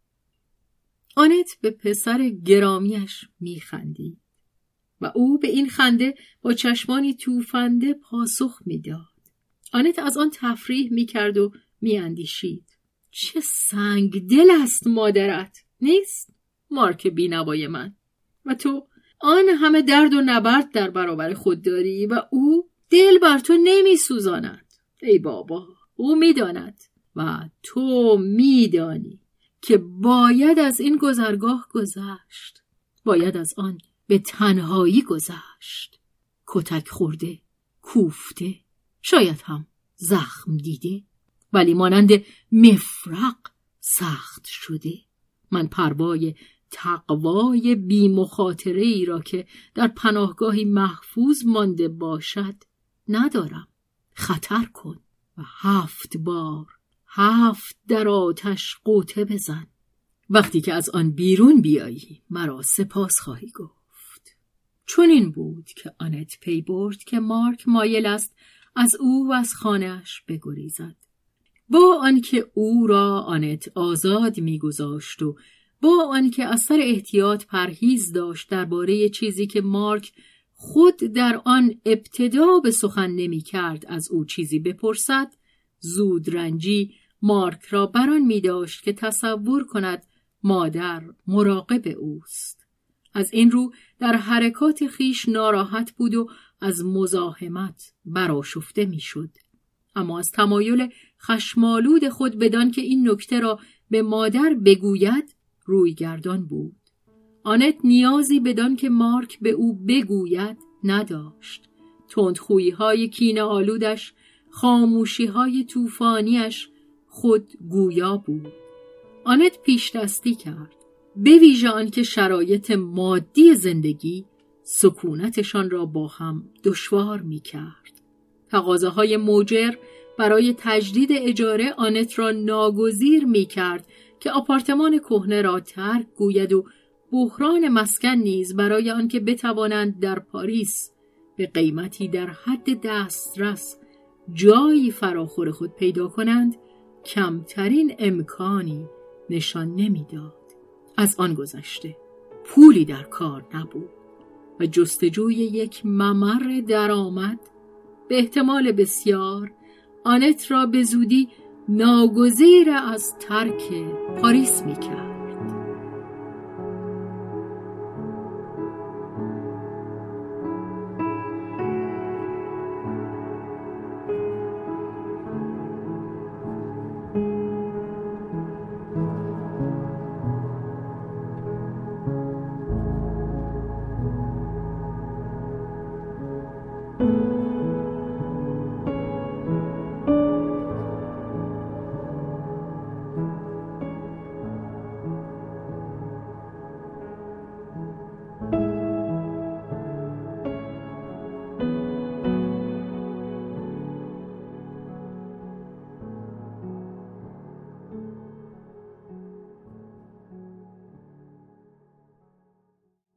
S1: آنت به پسر گرامیش میخندید و او به این خنده با چشمانی توفنده پاسخ میداد. آنت از آن تفریح میکرد و میاندیشید. چه سنگ دل است مادرت، نیست؟ مارک بینوای من. و تو آن همه درد و نبرد در برابر خود داری و او دل بر تو نمی سوزاند. ای بابا، او میداند و تو میدانی که باید از این گذرگاه گذشت. باید از آن به تنهایی گذشت. کتک خورده، کوفته، شاید هم زخم دیده، ولی مانند مفرق سخت شده. من پروای تقوای بی مخاطره ای را که در پناهگاهی محفوظ مانده باشد ندارم. خطر کن و هفت بار هفت در آتش غوطه بزن. وقتی که از آن بیرون بیایی مرا سپاس خواهی گفت. چون این بود که آنت پی برد که مارک مایل است از او و از خانه‌اش بگریزد. با آنکه او را آنت آزاد می‌گذاشت و با آنکه از سر احتیاط پرهیز داشت درباره چیزی که مارک خود در آن ابتدا به سخن نمی کرد از او چیزی بپرسد، زود رنجی مارک را بران می داشت که تصور کند مادر مراقب اوست. از این رو در حرکات خیش ناراحت بود و از مزاحمت برآشفته می شد. اما از تمایل خشمالود خود بدان که این نکته را به مادر بگوید روی گردان بود. آنت نیازی بدان که مارک به او بگوید نداشت. تندخویی های کینه آلودش خاموشی‌های طوفانیش خود گویا بود. آنت پیش دستی کرد، به ویژه آنکه شرایط مادی زندگی سکونتشان را با هم دشوار می‌کرد. تقاضاهای موجر برای تجدید اجاره آنت را ناگزیر می‌کرد که آپارتمان کهنه را ترک گوید و بحران مسکن نیز برای آنکه بتوانند در پاریس به قیمتی در حد دسترس جایی فراخور خود پیدا کنند کمترین امکانی نشان نمیداد. از آن گذشته پولی در کار نبود و جستجوی یک ممر درآمد به احتمال بسیار آنت را به زودی ناگزیر از ترک پاریس می‌کرد.